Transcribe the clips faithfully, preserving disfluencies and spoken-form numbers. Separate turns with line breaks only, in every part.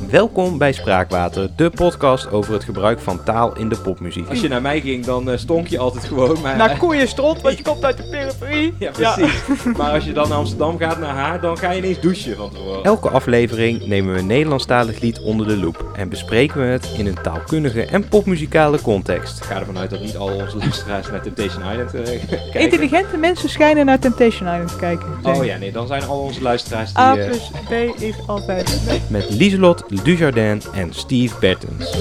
Welkom bij Spraakwater, de podcast over het gebruik van taal in de popmuziek. Als je naar mij ging, dan uh, stonk je altijd gewoon. Maar,
naar koeienstront, want je komt uit de periferie.
Ja, precies. Ja. Maar als je dan naar Amsterdam gaat, naar haar, dan ga je ineens douchen van tevoren. Elke aflevering nemen we een Nederlandstalig lied onder de loep en bespreken we het in een taalkundige en popmuzikale context. Ik ga ervan uit dat niet al onze luisteraars naar Temptation Island uh, kijken.
Intelligente mensen schijnen naar Temptation Island te kijken.
Oh ja, nee, dan zijn al onze luisteraars die...
A plus B is altijd... Nee.
Met Lieselot Dujardin en Steve Bertens.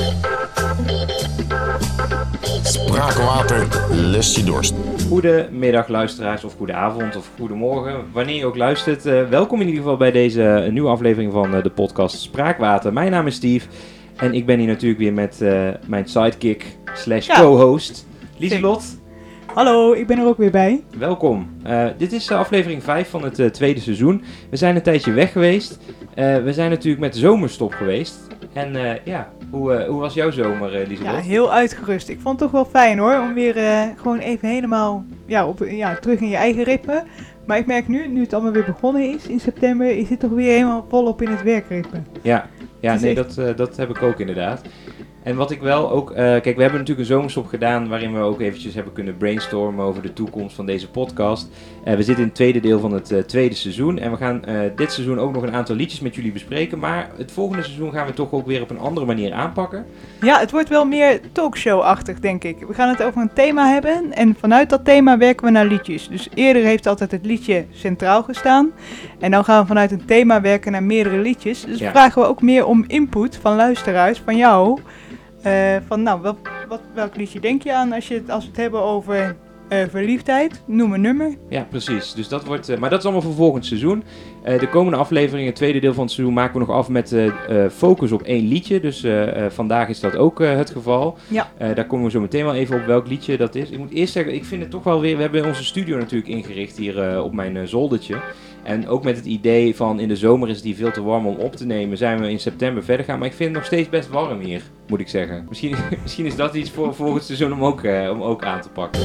Spraakwater, lust je dorst.
Goedemiddag luisteraars, of goede avond of goedemorgen, wanneer je ook luistert. Uh, welkom in ieder geval bij deze uh, nieuwe aflevering van uh, de podcast Spraakwater. Mijn naam is Steve en ik ben hier natuurlijk weer met uh, mijn sidekick slash ja. co-host Lieselot.
Hallo, ik ben er ook weer bij.
Welkom. Uh, dit is uh, aflevering vijf van het uh, tweede seizoen. We zijn een tijdje weg geweest. Uh, we zijn natuurlijk met de zomerstop geweest. En uh, ja, hoe, uh, hoe was jouw zomer, uh, Lieselot?
Ja, heel uitgerust. Ik vond het toch wel fijn hoor, om weer uh, gewoon even helemaal ja, op, ja, terug in je eigen ritme. Maar ik merk nu, nu het allemaal weer begonnen is in september, je zit toch weer helemaal volop in het werkritme.
Ja, ja nee, echt... dat, uh, dat heb ik ook inderdaad. En wat ik wel ook... Uh, kijk, we hebben natuurlijk een zomerstop gedaan waarin we ook eventjes hebben kunnen brainstormen over de toekomst van deze podcast. Uh, we zitten in het tweede deel van het uh, tweede seizoen en we gaan uh, dit seizoen ook nog een aantal liedjes met jullie bespreken. Maar het volgende seizoen gaan we toch ook weer op een andere manier aanpakken.
Ja, het wordt wel meer talkshow-achtig, denk ik. We gaan het over een thema hebben en vanuit dat thema werken we naar liedjes. Dus eerder heeft altijd het liedje centraal gestaan. En dan gaan we vanuit een thema werken naar meerdere liedjes. Dus ja. vragen we ook meer om input van luisteraars, van jou... Uh, van nou, wel, wat, welk liedje denk je aan als, je het, als we het hebben over uh, verliefdheid? Noem een nummer.
Ja, precies. Dus dat wordt, uh, maar dat is allemaal voor volgend seizoen. Uh, de komende afleveringen, het tweede deel van het seizoen, maken we nog af met uh, uh, focus op één liedje. Dus uh, uh, vandaag is dat ook uh, het geval.
Ja.
Uh, daar komen we zo meteen wel even op welk liedje dat is. Ik moet eerst zeggen, ik vind het toch wel weer... We hebben onze studio natuurlijk ingericht hier uh, op mijn uh, zoldertje. En ook met het idee van in de zomer is het hier veel te warm om op te nemen, zijn we in september verder gaan. Maar ik vind het nog steeds best warm hier, moet ik zeggen. Misschien, misschien is dat iets voor volgend seizoen om ook, uh, om ook aan te pakken.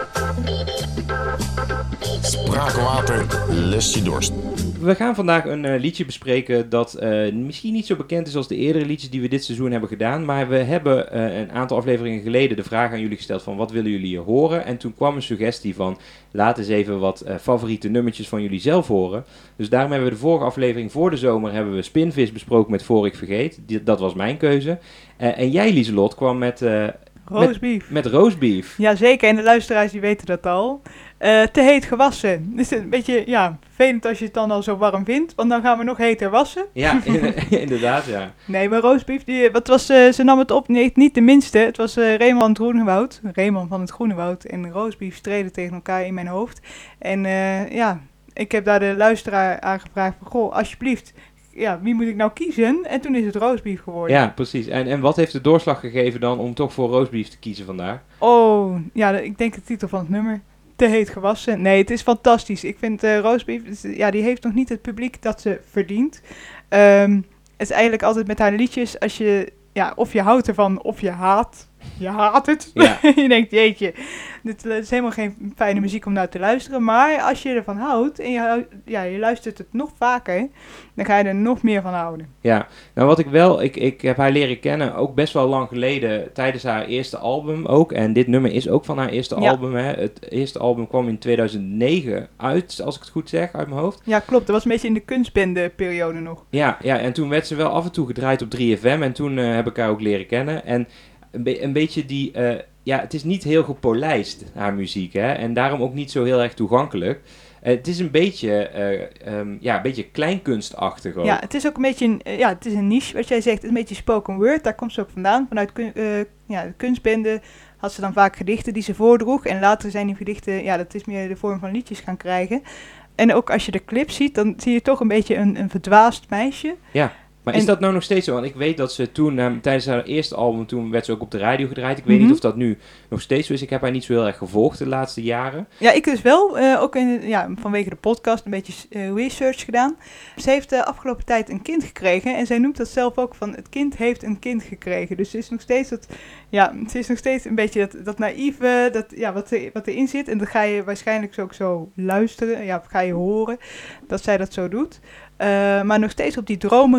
Spraakwater, lust je dorst.
We gaan vandaag een uh, liedje bespreken dat uh, misschien niet zo bekend is als de eerdere liedjes die we dit seizoen hebben gedaan. Maar we hebben uh, een aantal afleveringen geleden de vraag aan jullie gesteld van wat willen jullie horen? En toen kwam een suggestie van laat eens even wat uh, favoriete nummertjes van jullie zelf horen. Dus daarom hebben we de vorige aflevering voor de zomer hebben we Spinvis besproken met Voor ik Vergeet. Die, dat was mijn keuze. Uh, en jij Lieselot kwam met... Uh,
Roastbeef.
Met, met roastbeef.
Jazeker, en de luisteraars die weten dat al. Uh, te heet gewassen. Het is een beetje ja, vervelend als je het dan al zo warm vindt, want dan gaan we nog heter wassen.
Ja, inderdaad, ja.
Nee, maar roastbeef, die, wat was, uh, ze nam het op, nee, niet de minste. Het was uh, Raymond van het Groenewoud. Raymond van het Groenewoud en roastbeef streden tegen elkaar in mijn hoofd. En uh, ja, ik heb daar de luisteraar aan gevraagd van, goh, alsjeblieft, ja, wie moet ik nou kiezen? En toen is het roastbeef geworden.
Ja, precies. En, en wat heeft de doorslag gegeven dan om toch voor roastbeef te kiezen vandaag?
Oh, ja, ik denk de titel van het nummer. Te heet gewassen. Nee, het is fantastisch. Ik vind uh, roastbeef, ja, die heeft nog niet het publiek dat ze verdient. Um, het is eigenlijk altijd met haar liedjes, als je, ja, of je houdt ervan, of je haat. Je haat het. Ja. Je denkt, jeetje, dit is helemaal geen fijne muziek om naar te luisteren. Maar als je ervan houdt en je, ja, je luistert het nog vaker, dan ga je er nog meer van houden.
Ja, nou wat ik wel, ik, ik heb haar leren kennen, ook best wel lang geleden, tijdens haar eerste album ook. En dit nummer is ook van haar eerste ja. album. Hè. Het eerste album kwam in tweeduizend negen uit, als ik het goed zeg, uit mijn hoofd.
Ja, klopt. Dat was een beetje in de kunstbende periode nog.
Ja, ja, en toen werd ze wel af en toe gedraaid op drie F M en toen uh, heb ik haar ook leren kennen. En Een, be- een beetje die, uh, ja, het is niet heel gepolijst, haar muziek, hè, en daarom ook niet zo heel erg toegankelijk. Uh, het is een beetje, uh, um, ja, een beetje kleinkunstachtig ook.
Ja, het is ook een beetje, een, uh, ja, het is een niche, wat jij zegt, het is een beetje spoken word, daar komt ze ook vandaan. Vanuit kun- uh, ja, de kunstbende had ze dan vaak gedichten die ze voordroeg en later zijn die gedichten, ja, dat is meer de vorm van liedjes gaan krijgen. En ook als je de clip ziet, dan zie je toch een beetje een, een verdwaasd meisje.
Ja. Maar en is dat nou nog steeds zo? Want ik weet dat ze toen, um, tijdens haar eerste album, toen werd ze ook op de radio gedraaid. Ik weet mm-hmm. niet of dat nu nog steeds zo is. Ik heb haar niet zo heel erg gevolgd de laatste jaren.
Ja, ik dus wel. Uh, ook in, ja, vanwege de podcast een beetje uh, research gedaan. Ze heeft de afgelopen tijd een kind gekregen. En zij noemt dat zelf ook van, het kind heeft een kind gekregen. Dus ze is nog steeds, dat, ja, ze is nog steeds een beetje dat, dat naïeve, dat, ja, wat, er, wat erin zit. En dat ga je waarschijnlijk ook zo luisteren. Ja, ga je horen dat zij dat zo doet. Uh, maar nog steeds op die dromige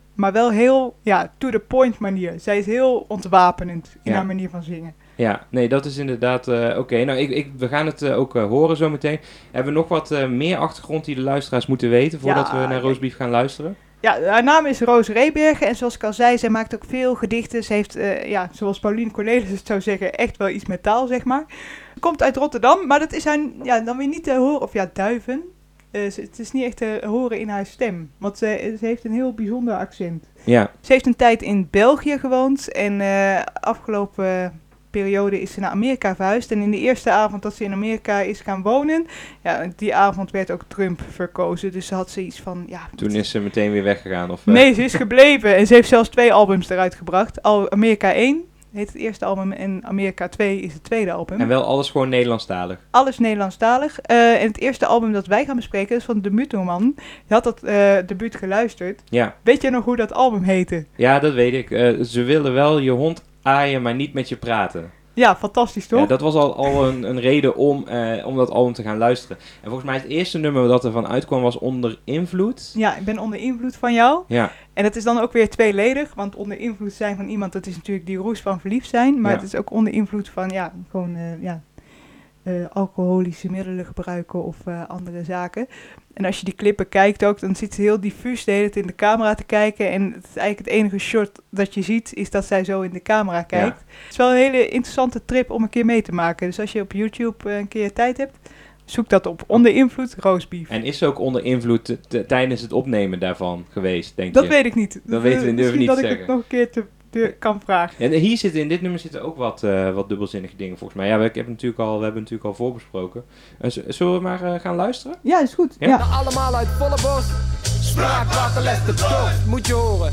maar wel heel, ja, to the point manier. Zij is heel ontwapenend in
Ja.
haar manier van zingen.
Ja, nee, dat is inderdaad... uh, Oké, okay. nou, ik, ik, we gaan het uh, ook uh, horen zometeen. Hebben we nog wat uh, meer achtergrond die de luisteraars moeten weten voordat
Ja,
we naar Roosbeef gaan luisteren?
Ja, haar naam is Roos Rebergen en zoals ik al zei, zij maakt ook veel gedichten. Ze heeft, uh, ja, zoals Pauline Cornelis het zou zeggen, echt wel iets met taal, zeg maar. Komt uit Rotterdam, maar dat is haar, ja, dan weer niet te horen, of ja, Duiven. Uh, ze, het is niet echt te horen in haar stem, want ze, ze heeft een heel bijzonder accent.
Ja.
Ze heeft een tijd in België gewoond en uh, afgelopen uh, periode is ze naar Amerika verhuisd. En in de eerste avond dat ze in Amerika is gaan wonen, ja, die avond werd ook Trump verkozen. Dus ze had zoiets van, ja...
Toen is ze meteen weer weggegaan? Of, uh...
Nee, ze is gebleven en ze heeft zelfs twee albums eruit gebracht. Al Amerika één heet het eerste album en Amerika twee is het tweede album.
En wel alles gewoon Nederlandstalig? Alles
Nederlandstalig. Uh, en het eerste album dat wij gaan bespreken is van de Mutoman. Je had dat uh, debuut geluisterd.
Ja.
Weet je nog hoe dat album heette?
Ja, dat weet ik. Uh, ze willen wel je hond aaien, maar niet met je praten.
Ja, fantastisch toch?
Ja, dat was al, al een, een reden om, uh, om dat album te gaan luisteren. En volgens mij het eerste nummer dat ervan uitkwam was Onder Invloed.
Ja, ik ben onder invloed van jou.
Ja.
En dat is dan ook weer tweeledig, want onder invloed zijn van iemand, dat is natuurlijk die roes van verliefd zijn. Maar
ja.
het is ook onder invloed van, ja, gewoon, uh, ja, uh, alcoholische middelen gebruiken of uh, andere zaken. En als je die clippen kijkt ook, dan zit ze heel diffuus de hele tijd in de camera te kijken. En het is eigenlijk het enige shot dat je ziet, is dat zij zo in de camera kijkt. Ja. Het is wel een hele interessante trip om een keer mee te maken. Dus als je op YouTube uh, een keer tijd hebt, zoek dat op. Onder invloed, roastbeef.
En is ze ook onder invloed t- t- tijdens het opnemen daarvan geweest, denk
dat
je?
Dat weet ik niet.
Dat, dat weten we, durven niet
te
zeggen.
Misschien dat ik het nog een keer te... De kan vragen.
En hier zitten in dit nummer zitten ook wat, uh, wat dubbelzinnige dingen volgens mij. Ja, we, ik heb natuurlijk al, we hebben natuurlijk al voorbesproken. Uh, z- zullen we maar uh, gaan luisteren?
Ja, is goed.
Ja?
Ja.
Nou, allemaal uit volle borst. Spraakwaterles de dorst, moet je horen.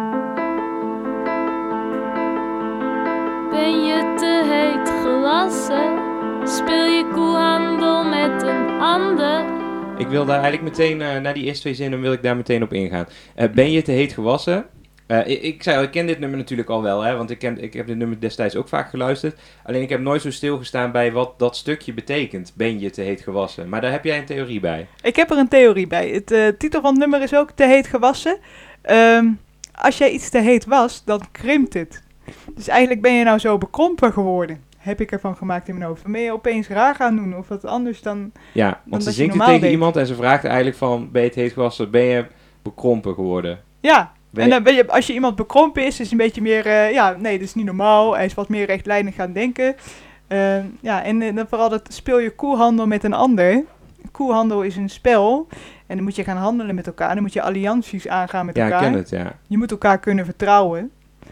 Ben je te heet gewassen? Speel je koehandel met een ander?
Ik wil daar eigenlijk meteen, uh, na die eerste twee zinnen, wil ik daar meteen op ingaan. Uh, ben je te heet gewassen? Uh, ik, ik zei al, ik ken dit nummer natuurlijk al wel, hè, want ik, ken, ik heb dit nummer destijds ook vaak geluisterd. Alleen ik heb nooit zo stilgestaan bij wat dat stukje betekent, ben je te heet gewassen. Maar daar heb jij een theorie bij.
Ik heb er een theorie bij. Het uh, titel van het nummer is ook te heet gewassen. Um, als jij iets te heet was, dan krimpt het. Dus eigenlijk ben je nou zo bekrompen geworden. Heb ik ervan gemaakt in mijn hoofd. Dan ben je opeens raar gaan doen of wat anders dan.
Ja, want
dan
ze zingt het tegen deed. iemand en ze vraagt eigenlijk van, ben je te heet gewassen, ben je bekrompen geworden?
Ja.
Ben
en dan ben je, als je iemand bekrompen is, is een beetje meer, uh, ja, nee, dat is niet normaal. Hij is wat meer rechtlijnig gaan denken. Uh, ja, en uh, dan vooral dat speel je koehandel met een ander. Koehandel is een spel en dan moet je gaan handelen met elkaar. Dan moet je allianties aangaan met
ja,
elkaar.
Ja, ik ken het, ja.
Je moet elkaar kunnen vertrouwen.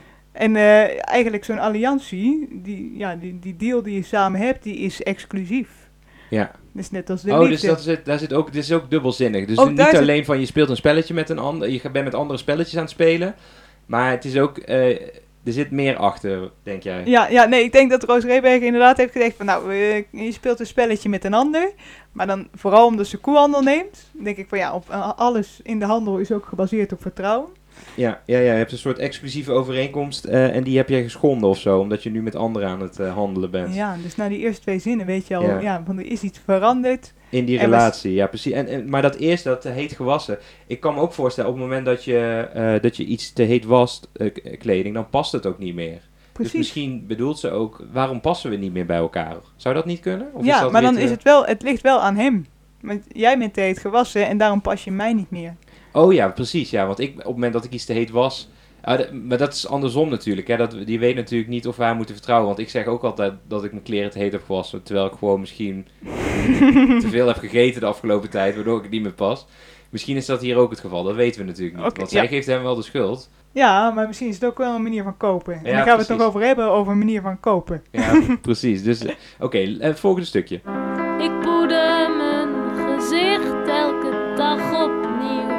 En uh, eigenlijk zo'n alliantie, die, ja, die, die deal die je samen hebt, die is exclusief.
Ja.
Dus net als de
oh,
liefde.
dus dat zit, daar zit ook, dit is ook dubbelzinnig. Dus
ook
niet
zit...
alleen van je speelt een spelletje met een ander, je bent met andere spelletjes aan het spelen, maar het is ook, uh, er zit meer achter, denk jij?
Ja, ja, nee, ik denk dat Roos Rebergen inderdaad heeft gezegd van, nou, uh, je speelt een spelletje met een ander, maar dan vooral omdat ze koehandel neemt, denk ik van ja, op, uh, alles in de handel is ook gebaseerd op vertrouwen.
Ja, ja, ja, je hebt een soort exclusieve overeenkomst uh, en die heb jij geschonden of zo, omdat je nu met anderen aan het uh, handelen bent.
Ja, dus na die eerste twee zinnen weet je al,
ja,
ja van er is iets veranderd.
In die relatie, ja precies. En, en, maar dat eerste, dat uh, heet gewassen, ik kan me ook voorstellen op het moment dat je, uh, dat je iets te heet wast, uh, kleding, dan past het ook niet meer.
Precies.
Dus misschien bedoelt ze ook, waarom passen we niet meer bij elkaar? Zou dat niet kunnen? Of
ja,
is dat
maar dan
te...
is het wel, het ligt wel aan hem. Want jij bent te heet gewassen en daarom pas je mij niet meer.
Oh ja, precies. Ja, want ik, op het moment dat ik iets te heet was... Uh, d- maar dat is andersom natuurlijk. Hè? Dat, die weet natuurlijk niet of wij haar moeten vertrouwen. Want ik zeg ook altijd dat ik mijn kleren te heet heb gewassen. Terwijl ik gewoon misschien te veel heb gegeten de afgelopen tijd. Waardoor ik het niet meer pas. Misschien is dat hier ook het geval. Dat weten we natuurlijk niet.
Okay,
want
ja.
zij geeft hem wel de schuld.
Ja, maar misschien is het ook wel een manier van kopen. En
Ja,
dan gaan
precies.
we het nog over hebben, over een manier van kopen.
Ja, precies. Dus oké, okay, het volgende stukje.
Ik poeder mijn gezicht elke dag opnieuw,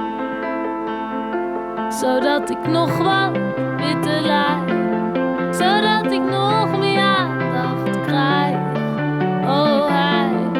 zodat ik nog wat witte lijn, zodat ik nog meer aandacht krijg. Oh, hijg,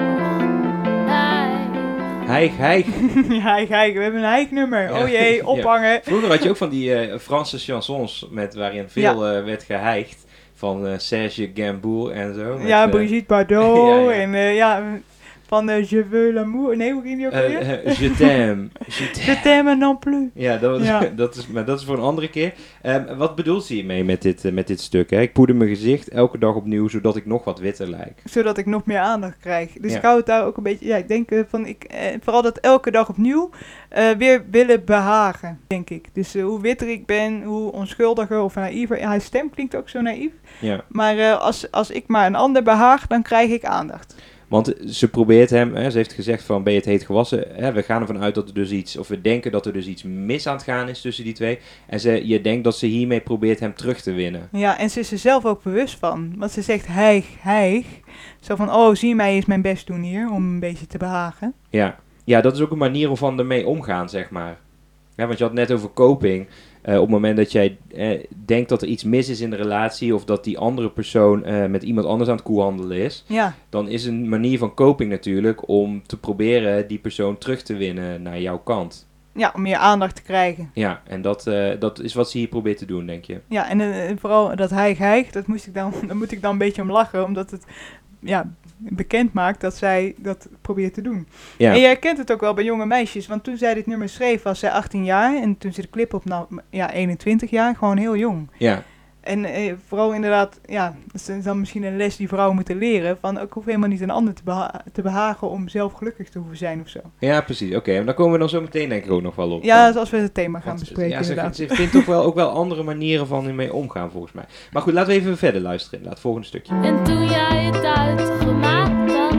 hijg.
Hijg, hijg.
Ja, kijk, we hebben een hijknummer.
Ja.
Oh jee, ophangen.
Ja. Vroeger had je ook van die uh, Franse chansons met, waarin veel ja. uh, werd geheigd. Van uh, Serge Gainsbourg en zo. Met,
ja,
uh,
Brigitte Bardot.
ja, ja.
En uh, ja, van uh, Je veux l'amour. Nee, hoe ging die ook
Uh,
weer?
uh, je t'aime. Je t'aime.
Je t'aime non plus.
Ja, dat, was,
Ja.
dat, is, maar dat is voor een andere keer. Um, wat bedoelt ze hiermee met dit, uh, met dit stuk? Hè? Ik poeder mijn gezicht elke dag opnieuw, zodat ik nog wat witter lijk.
Zodat ik nog meer aandacht krijg. Dus
Ja.
ik hou het daar ook een beetje... Ja, ik denk uh, van... Ik, uh, vooral dat elke dag opnieuw uh, weer willen behagen, denk ik. Dus uh, hoe witter ik ben, hoe onschuldiger of naïver... Ja, haar stem klinkt ook zo naïef.
Ja.
Maar uh, als, als ik maar een ander behaag, dan krijg ik aandacht.
Want ze probeert hem, hè, ze heeft gezegd van, ben je het heet gewassen? Hè, we gaan ervan uit dat er dus iets, of we denken dat er dus iets mis aan het gaan is tussen die twee. En ze, je denkt dat ze hiermee probeert hem terug te winnen.
Ja, en ze is er zelf ook bewust van. Want ze zegt hijg, hijg. Zo van, oh, zie mij eens mijn best doen hier, om een beetje te behagen.
Ja. Ja, dat is ook een manier om van ermee omgaan, zeg maar. Ja, want je had het net over coping. Uh, op het moment dat jij uh, denkt dat er iets mis is in de relatie, of dat die andere persoon uh, met iemand anders aan het koehandelen is,
Ja,
dan is een manier van coping natuurlijk om te proberen die persoon terug te winnen naar jouw kant.
ja, om meer aandacht te krijgen.
Ja, en dat, uh, dat is wat ze hier probeert te doen, denk je.
Ja, en uh, vooral dat hijg, hijg, dat moest ik dan, daar moet ik dan een beetje om lachen, omdat het ja, bekend maakt dat zij dat probeert te doen.
Ja,
En jij kent het ook wel bij jonge meisjes, want toen zij dit nummer schreef was zij achttien jaar en toen ze de clip op, nou ja, eenentwintig jaar, gewoon heel jong.
ja,
En eh, vooral inderdaad, ja, dat is dan misschien een les die vrouwen moeten leren, van ik hoef helemaal niet een ander te, beha- te behagen om zelf gelukkig te hoeven zijn of zo.
ja, precies. Oké, okay, en daar komen we dan zo meteen denk ik ook nog wel op.
Ja, zoals we het thema gaan
Want,
bespreken
ja, ze,
inderdaad.
ze vindt ook wel, ook wel andere manieren van ermee omgaan volgens mij. Maar goed, laten we even verder luisteren. Laat het volgende stukje.
En toen jij het uitgemaakt had,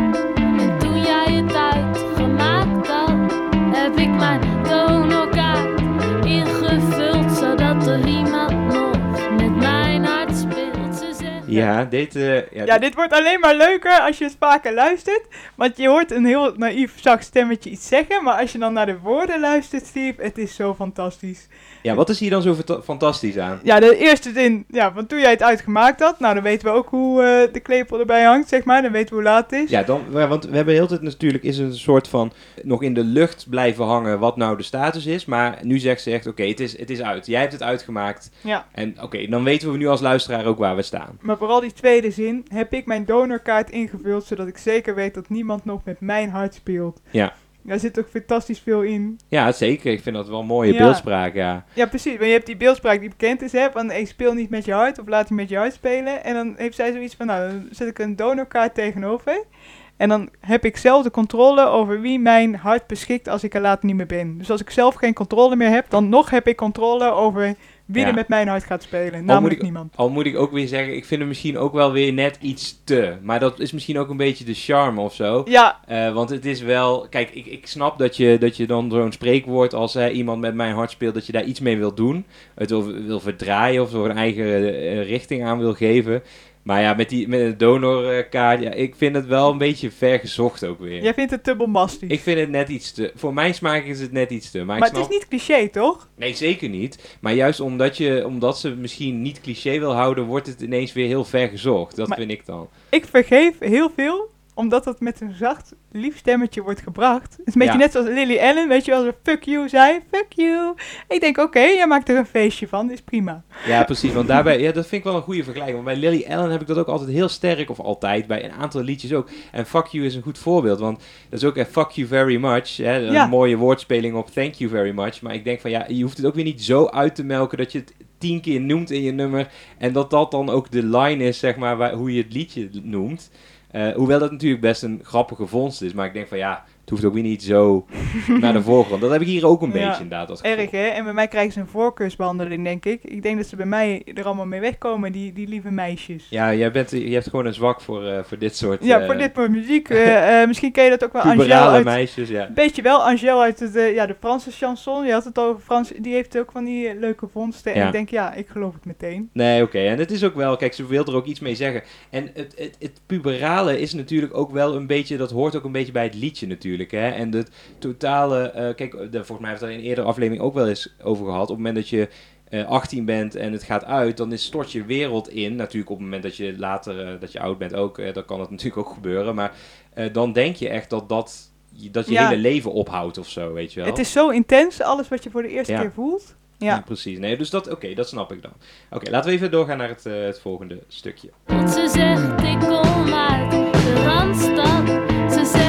en toen jij het uitgemaakt had, heb ik mijn donorkaart ingevuld, zodat er iemand nog met mijn hart speelt. Ze zegt,
Ja, dit... Uh, ja,
Ja, dit wordt alleen maar leuker als je het vaker luistert, want je hoort een heel naïef zacht stemmetje iets zeggen, maar als je dan naar de woorden luistert, Steve, het is zo fantastisch.
ja, wat is hier dan zo fanta- fantastisch aan?
Ja, de eerste zin, ja, van toen jij het uitgemaakt had, nou dan weten we ook hoe uh, de klepel erbij hangt, zeg maar, dan weten we hoe laat het is.
Ja, dan, ja, want we hebben heel tijd natuurlijk is een soort van nog in de lucht blijven hangen wat nou de status is. Maar nu zegt ze echt, oké, okay, het, is, het is uit. Jij hebt het uitgemaakt.
Ja.
En oké, okay, dan weten we nu als luisteraar ook waar we staan.
Maar vooral die tweede zin, heb ik mijn donorkaart ingevuld, zodat ik zeker weet dat niemand nog met mijn hart speelt.
Ja.
Daar zit ook fantastisch veel in.
Ja, zeker. Ik vind dat wel een mooie
Ja.
beeldspraak, ja.
Ja, precies. Maar je hebt die beeldspraak die bekend is, hè, van ik speel niet met je hart of laat je met je hart spelen. En dan heeft zij zoiets van, nou, dan zet ik een donorkaart tegenover. En dan heb ik zelf de controle over wie mijn hart beschikt als ik er later niet meer ben. Dus als ik zelf geen controle meer heb, dan nog heb ik controle over wie
Ja.
er met mijn hart gaat spelen.
moet
Namelijk
ik-
niemand.
Al moet ik ook weer zeggen, ik vind het misschien ook wel weer net iets te. Maar dat is misschien ook een beetje de charme of zo.
Ja,
Uh, want het is wel... Kijk, ik, ik snap dat je, dat je dan zo'n spreekwoord als uh, iemand met mijn hart speelt, dat je daar iets mee wil doen. Het wil, wil verdraaien of zo een eigen uh, richting aan wil geven. Maar ja, met, die, met een donorkaart, ja, ik vind het wel een beetje ver gezocht ook weer.
jij vindt het te bombastisch.
Ik vind het net iets te... Voor mijn smaak is het net iets te. Maar,
maar
ik
het
snap,
is niet cliché, toch?
Nee, zeker niet. Maar juist omdat, je, omdat ze misschien niet cliché wil houden, wordt het ineens weer heel ver gezocht. Dat
Maar-
vind ik dan.
Ik vergeef heel veel, omdat het met een zacht, lief stemmetje wordt gebracht. Het is een beetje
Ja.
net zoals Lily Allen, weet je wel, ze fuck you zei, fuck you. Ik denk, oké, jij maakt er een feestje van, is prima.
Ja, precies. Want daarbij, ja, dat vind ik wel een goede vergelijking. Want bij Lily Allen heb ik dat ook altijd heel sterk, of altijd, bij een aantal liedjes ook. En Fuck You is een goed voorbeeld, want dat is ook echt Fuck You Very Much. Hè, een
Ja.
mooie woordspeling op Thank You Very Much. Maar ik denk van, ja, je hoeft het ook weer niet zo uit te melken dat je het tien keer noemt in je nummer. En dat dat dan ook de line is, zeg maar, waar, hoe je het liedje noemt. Uh, hoewel dat natuurlijk best een grappige vondst is. Maar ik denk van, ja, het hoeft ook weer niet zo naar de voorgrond. Dat heb ik hier ook een
Ja,
beetje inderdaad. Dat gevoel.
Erg, hè? En bij mij krijgen ze een voorkeursbehandeling, denk ik. Ik denk dat ze bij mij er allemaal mee wegkomen, die, die lieve meisjes.
Ja, jij bent, je hebt gewoon een zwak voor, uh, voor dit soort...
Ja,
uh,
voor dit soort muziek. Uh, uh, misschien ken je dat ook wel, Angèle
puberale
uit...
meisjes, ja.
Beetje wel, Angèle uit het, uh, ja, de Franse chanson. Je had het over Frans, die heeft ook van die uh, leuke vondsten. En
Ja.
ik denk, ja, ik geloof het meteen.
Nee, oké. Okay. En het is ook wel... Kijk, ze wil er ook iets mee zeggen. En het, het, het puberale is natuurlijk ook wel een beetje... Dat hoort ook een beetje bij het liedje natuurlijk, hè. En het totale... Uh, kijk, de, volgens mij hebben we het er in een eerdere aflevering ook wel eens over gehad. Op het moment dat je uh, achttien bent en het gaat uit... Dan is, stort je wereld in. Natuurlijk op het moment dat je later... Uh, dat je oud bent ook. Uh, dan kan dat natuurlijk ook gebeuren. Maar uh, dan denk je echt dat dat... Dat je
Ja.
hele leven ophoudt of zo, weet je wel.
Het is zo intens, alles wat je voor de eerste
Ja.
keer voelt.
Ja,
Ja.
precies. Nee, dus dat, oké, okay, dat snap ik dan. Oké, okay, laten we even doorgaan naar het, uh, het volgende stukje.
Want ze zegt ik kom uit de Randstad. Ze zegt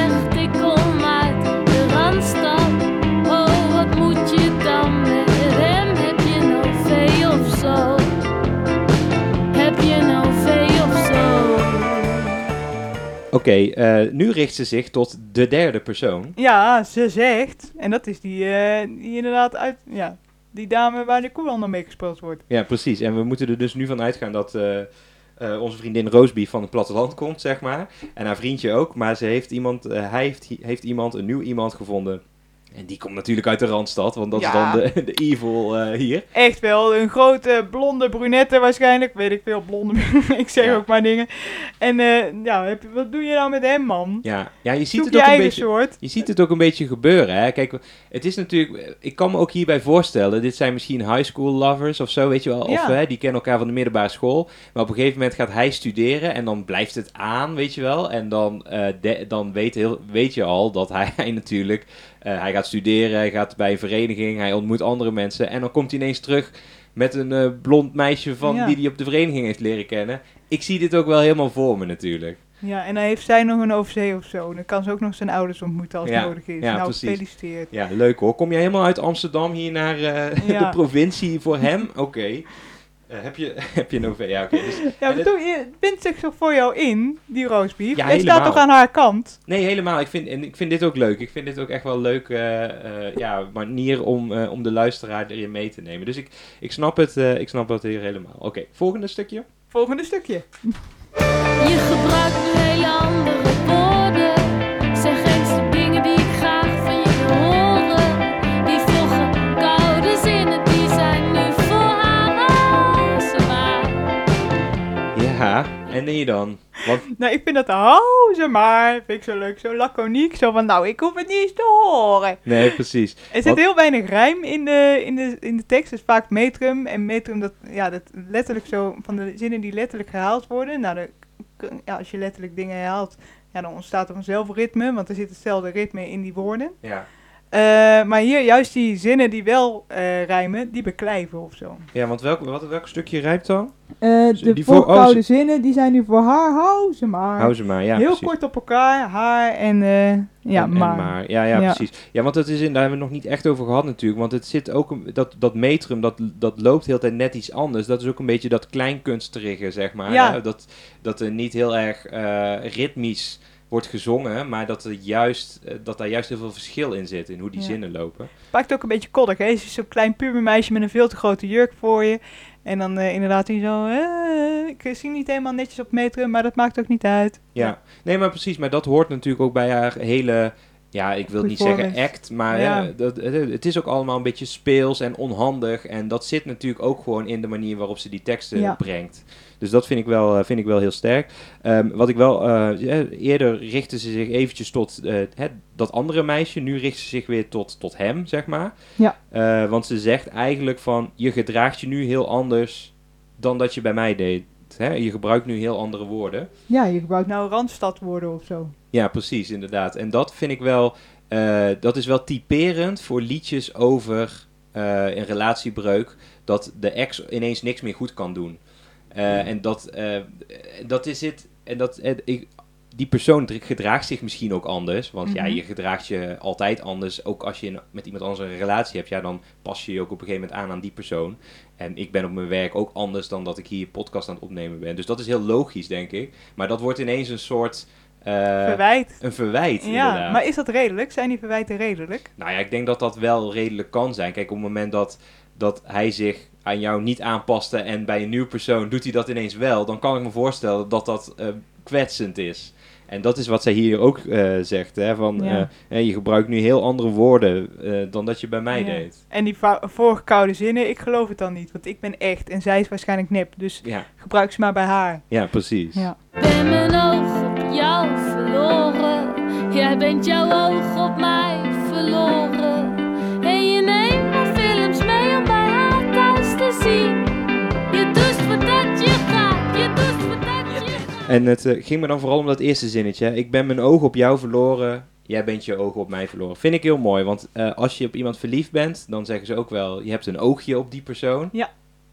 Oké, eh, nu richt ze zich tot de derde persoon.
Ja, ze zegt, en dat is die, eh, die inderdaad uit, ja, die dame waar de koelander mee gespeeld wordt.
Ja, precies. En we moeten er dus nu van uitgaan dat eh, eh, onze vriendin Roosbeef van het platteland komt, zeg maar. En haar vriendje ook. Maar ze heeft iemand, eh, hij heeft, heeft iemand, een nieuw iemand gevonden. En die komt natuurlijk uit de Randstad, want dat
Ja.
is dan de, de evil eh, hier.
Echt wel, een grote blonde brunette waarschijnlijk, weet ik veel, blonde, ik zeg
Ja.
ook maar dingen. En eh, ja, heb, je- wat doe je nou met hem, man?
Ja, ja je ziet
Zoek
het
je
ook een
eigen
beetje...
soort.
Je ziet het ook een beetje gebeuren, hè. Kijk, het is natuurlijk... Ik kan me ook hierbij voorstellen, dit zijn misschien high school lovers of zo, weet je wel. Of
Ja.
hè, die kennen elkaar van de middelbare school. Maar op een gegeven moment gaat hij studeren en dan blijft het aan, weet je wel. En dan, eh, de- dan weet, heel, weet je al dat hij, hij natuurlijk... eh, hij gaat studeren, hij gaat bij een vereniging, hij ontmoet andere mensen. En dan komt hij ineens terug met een eh, blond meisje van,
Ja.
die hij op de vereniging heeft leren kennen. Ik zie dit ook wel helemaal voor me natuurlijk.
Ja, en dan heeft zij nog een overzee of zo. Dan kan ze ook nog zijn ouders ontmoeten als
Ja,
nodig is.
ja,
nou,
precies.
gefeliciteerd.
Ja, leuk hoor. Kom jij helemaal uit Amsterdam hier naar eh,
Ja.
de provincie voor hem? Oké. Eh, heb je, heb je nog... Ja, oké. dus,
Ja,
en
maar
het-
toen, je bindt zich toch voor jou in, die roastbeef?
Ja,
Jij staat
helemaal.
toch aan haar kant?
nee, helemaal. Ik vind, en ik vind dit ook leuk. Ik vind dit ook echt wel een leuke eh, ja, manier om, eh, om de luisteraar erin mee te nemen. Dus ik, ik, snap, het, eh, ik snap het hier helemaal. Oké, volgende stukje.
Volgende stukje.
Je gebruikt nu hele andere woorden. Zeg eens de dingen die ik graag van je wil horen. Die vlogge koude zinnen, die zijn nu voor haar maar.
Ja, en hier dan? Wat,
Nou, ik vind dat, hou ze maar, vind ik zo leuk, zo laconiek. Zo van, nou, ik hoef het niet eens te horen.
nee, precies.
Er zit
Wat-
heel weinig rijm in de, in de, in de tekst. Het is vaak metrum. En metrum, dat, ja, dat letterlijk zo, van de zinnen die letterlijk gehaald worden. Nou, de, ja, als je letterlijk dingen herhaalt, ja, dan ontstaat er vanzelf ritme. Want er zit hetzelfde ritme in die woorden.
Ja.
Eh, maar hier, juist die zinnen die wel eh, rijmen, die beklijven of zo.
ja, want welk, wat, welk stukje rijpt dan?
Eh,
de Die voor- voorkoude oh,
zinnen, die zijn nu voor haar, hou ze maar.
Hou ze maar, ja,
Heel
precies.
kort op elkaar, haar en, eh, ja,
En- en
maar.
Ja, ja,
Ja.
precies. Ja, want dat is in, daar hebben we het nog niet echt over gehad natuurlijk. Want het zit ook, een- dat, dat metrum, dat, dat loopt heel de tijd net iets anders. Dat is ook een beetje dat kleinkunsterige, zeg maar.
Ja.
Hè? Dat, dat er niet heel erg eh, ritmisch wordt gezongen, maar dat, er juist, eh, dat daar juist heel veel verschil in zit, in hoe die
Ja.
zinnen lopen.
Pakt ook een beetje koddig, hè? Je ziet zo'n klein pubermeisje met een veel te grote jurk voor je. En dan eh, inderdaad die zo, eh, ik zie niet helemaal netjes op metrum, maar dat maakt ook niet uit.
Ja, nee, maar precies. Maar dat hoort natuurlijk ook bij haar hele... Ja, ik wil niet zeggen
Performance.
act, maar
Ja.
hè, dat, het het is ook allemaal een beetje speels en onhandig. En dat zit natuurlijk ook gewoon in de manier waarop ze die teksten
Ja.
brengt. Dus dat vind ik wel, eh, vind ik wel heel sterk. Ehm, wat ik wel... eh, ja, eerder richtte ze zich eventjes tot eh, hè, dat andere meisje. Nu richt ze zich weer tot, tot hem, zeg maar.
Ja.
Eh, want ze zegt eigenlijk van... Je gedraagt je nu heel anders dan dat je bij mij deed. Hè? Je gebruikt nu heel andere woorden.
Ja, je gebruikt nou Randstadwoorden of zo.
Ja, precies, inderdaad. En dat vind ik wel, eh, dat is wel typerend voor liedjes over eh, een relatiebreuk, dat de ex ineens niks meer goed kan doen. Eh, en dat, eh, dat is het, en dat, eh, ik, die persoon dra- gedraagt zich misschien ook anders, want ja,
Mhm.
je gedraagt je altijd anders, ook als je een- met iemand anders een relatie hebt, ja, dan pas je je ook op een gegeven moment aan aan die persoon. En ik ben op mijn werk ook anders dan dat ik hier podcast aan het opnemen ben. Dus dat is heel logisch, denk ik. Maar dat wordt ineens een soort... eh,
Verwijt.
een verwijt,
Ja,
inderdaad.
maar is dat redelijk? Zijn die verwijten redelijk?
Nou ja, ik denk dat dat wel redelijk kan zijn. Kijk, op het moment dat, dat hij zich aan jou niet aanpaste en bij een nieuwe persoon doet hij dat ineens wel, dan kan ik me voorstellen dat dat eh, kwetsend is. En dat is wat zij hier ook eh, zegt, hè, van
Ja.
eh, hè, je gebruikt nu heel andere woorden eh, dan dat je bij mij
Ja.
deed.
En die va- vorige koude zinnen, ik geloof het dan niet, want ik ben echt en zij is waarschijnlijk nep. Dus
Ja,
gebruik ze maar bij haar.
ja precies.
Ja.
Ben mijn oog op jou verloren. Jij bent jouw oog op mij verloren. En je neemt mijn films mee om bij haar thuis te zien. Je doet voordat je gaat, je doet voordat je gaat.
En het eh, ging me dan vooral om dat eerste zinnetje. hè. Ik ben mijn oog op jou verloren. Jij bent je ogen op mij verloren. Vind ik heel mooi. Want eh, als je op iemand verliefd bent, dan zeggen ze ook wel... Je hebt een oogje op die persoon.
Ja.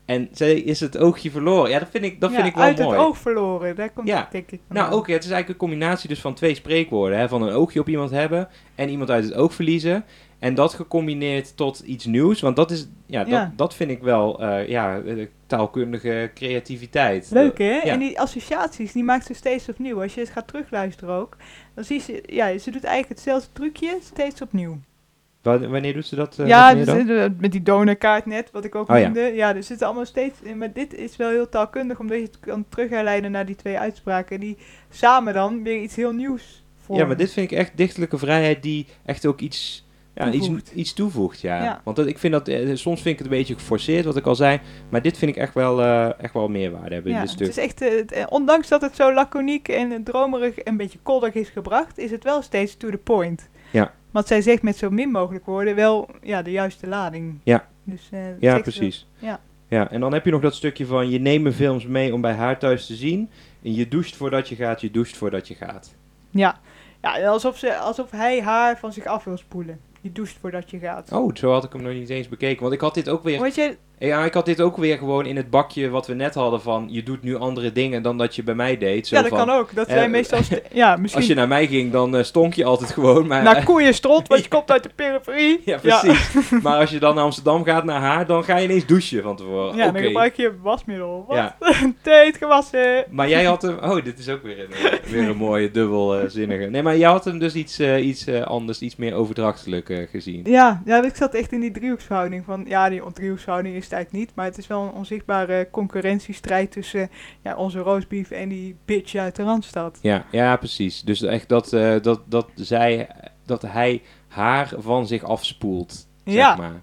En zij is het oogje verloren. Ja, dat vind ik, dat
Ja,
vind ik wel
uit
mooi.
het oog verloren, daar komt
Ja.
het denk ik
Nou,
vandaan.
ook, ja, het is eigenlijk een combinatie dus van twee spreekwoorden. Hè? Van een oogje op iemand hebben en iemand uit het oog verliezen. En dat gecombineerd tot iets nieuws. Want dat is, ja, dat,
Ja.
dat vind ik wel, uh, ja, uh, taalkundige creativiteit.
Leuk, hè?
Ja.
En die associaties, die maakt ze steeds opnieuw. Als je het gaat terugluisteren ook, dan zie je, ja, ze doet eigenlijk hetzelfde trucje steeds opnieuw.
Wa- Wanneer doet ze dat? Uh,
ja,
wat
dus,
meer dan?
uh, met die donorkaart net, wat ik ook
Oh, ja.
noemde. Ja, er zitten allemaal steeds in. Maar dit is wel heel taalkundig, omdat je het kan terugherleiden naar die twee uitspraken. Die samen dan weer iets heel nieuws vormen.
Ja, maar dit vind ik echt dichtelijke vrijheid die echt ook iets... Ja, iets,
Toevoegt.
iets toevoegt, ja.
Ja.
Want dat, ik vind dat, eh, soms vind ik het een beetje geforceerd, wat ik al zei. Maar dit vind ik echt wel, uh, echt wel meerwaarde hebben in
Ja,
dit
het
stuk.
is echt, uh, het, uh, ondanks dat het zo laconiek en uh, dromerig en een beetje koddig is gebracht, is het wel steeds to the point.
Ja.
Want zij zegt met zo min mogelijk woorden wel ja, de juiste lading.
Ja.
Dus, uh, dat
Ja,
zegt
precies.
Wel, ja.
Ja, en dan heb je nog dat stukje van je neemt films mee om bij haar thuis te zien. En je doucht voordat je gaat, je doucht voordat je gaat.
Ja, ja alsof, ze, alsof hij haar van zich af wil spoelen. Je doucht voordat je gaat.
Oh, zo had ik hem nog niet eens bekeken. Want ik had dit ook weer...
Weet je,
Ja, ik had dit ook weer gewoon in het bakje wat we net hadden van... Je doet nu andere dingen dan dat je bij mij deed. Zo
ja, dat
van,
kan ook. Dat
eh,
zij meestal... st- ja, misschien
Als je naar mij ging, dan uh, stonk je altijd gewoon. Maar,
naar koeienstrot, want je komt uit de periferie.
ja, precies. Maar als je dan naar Amsterdam gaat, naar haar, dan ga je ineens douchen van tevoren.
Ja,
Oké.
dan gebruik je wasmiddel. Wat?
Ja.
Tijd gewassen.
Maar jij had hem... Oh, dit is ook weer een, uh, weer een mooie dubbelzinnige. Nee, maar jij had hem dus iets, uh, iets uh, anders, iets meer overdrachtelijk uh, gezien.
Ja, ja, ik zat echt in die driehoeksverhouding van... Ja, die driehoeksverhouding is het eigenlijk niet. Maar het is wel een onzichtbare concurrentiestrijd tussen uh, ja, onze roastbeef en die bitch uit de Randstad.
Ja, ja, precies. Dus echt dat, uh, dat, dat, zij, dat hij haar van zich afspoelt, zeg
Ja.
maar.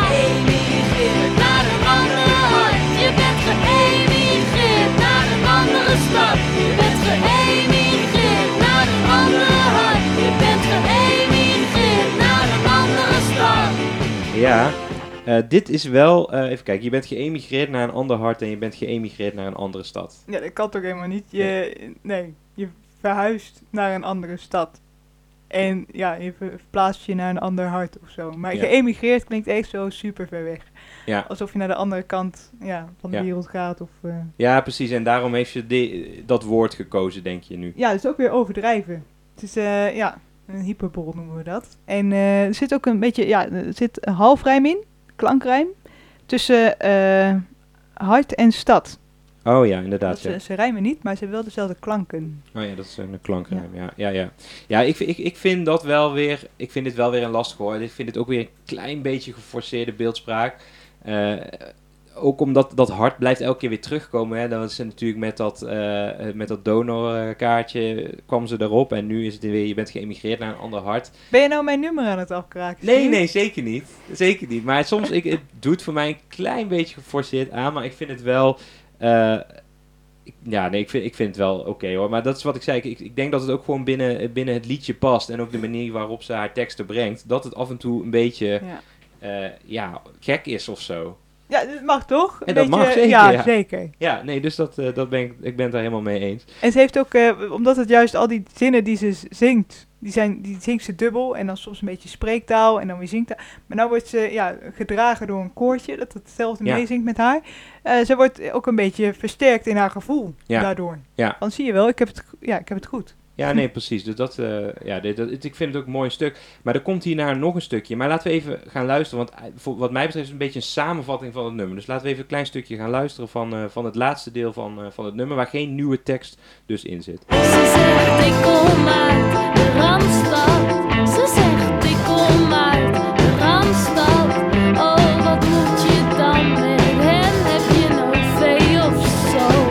Geëmigreerd naar een andere hart. Je bent geëmigreerd naar een andere stad. Je bent geëmigreerd naar een andere hart. Je bent geëmigreerd naar een andere stad.
Ja, uh, dit is wel... Uh, even kijken, je bent geëmigreerd naar een ander hart en je bent geëmigreerd naar een andere stad.
Ja, dat kan toch helemaal niet. Je, nee, je verhuist naar een andere stad. En ja, je ver- verplaatst je naar een ander hart of zo. Maar
Ja.
geëmigreerd klinkt echt zo super ver weg.
Ja.
Alsof je naar de andere kant ja, van de
Ja.
wereld gaat. Of, uh...
Ja, precies. En daarom heeft ze de, dat woord gekozen, denk je nu.
Ja, dat is ook weer overdrijven. Het is, uh, ja, een hyperbol noemen we dat. En uh, er zit ook een beetje, ja, er zit een halfrijm in, klankrijm, tussen uh, hart en stad.
Oh ja, inderdaad.
Dat ze,
Ja.
ze rijmen niet, maar ze hebben wel dezelfde klanken.
Oh ja, dat is een klankrijm. Ja, ja, ja. Ja, ik, ik, ik vind dat wel weer... Ik vind dit wel weer een lastig hoor. Ik vind dit ook weer een klein beetje geforceerde beeldspraak. Uh, ook omdat dat hart blijft elke keer weer terugkomen. Hè. Dan is ze natuurlijk met dat, uh, met dat donorkaartje kwam ze erop. En nu is het weer, je bent geëmigreerd naar een ander hart.
Ben je nou mijn nummer aan het afkraken?
Nee,
Steve?
nee, zeker niet. Zeker niet. Maar soms, ik, het doet voor mij een klein beetje geforceerd aan. Maar ik vind het wel... Uh, ik, ja, nee, ik vind, ik vind het wel oké okay, hoor. Maar dat is wat ik zei. Ik, ik denk dat het ook gewoon binnen, binnen het liedje past. En ook de manier waarop ze haar teksten brengt. Dat het af en toe een beetje
Ja,
uh, ja, gek is of zo.
ja dat mag toch? Een
En dat
beetje-
mag zeker,
Ja,
ja.
zeker.
Ja, nee, dus dat, uh, dat ben ik, ik ben het daar helemaal mee eens.
En ze heeft ook, uh, omdat het juist al die zinnen die ze z- zingt, die, zijn, die zingt ze dubbel en dan soms een beetje spreektaal en dan weer zingtaal. Maar nou wordt ze ja, gedragen door een koortje dat hetzelfde
Ja.
meezingt met haar. Uh, ze wordt ook een beetje versterkt in haar gevoel
Ja.
daardoor.
Ja.
Dan zie je wel, ik heb het, ja, ik heb het goed.
Ja, nee, precies. Dus dat, uh, ja, dit, dat, ik vind het ook een mooi stuk. Maar er komt hierna nog een stukje. Maar laten we even gaan luisteren. Want uh, voor, wat mij betreft is het een beetje een samenvatting van het nummer. Dus laten we even een klein stukje gaan luisteren van, uh, van het laatste deel van, uh, van het nummer. Waar geen nieuwe tekst dus in zit.
Ze zegt ik kom uit de Randstad. Ze zegt ik kom uit de Randstad. Oh, wat moet je dan met hem? Heb je nou vee of zo?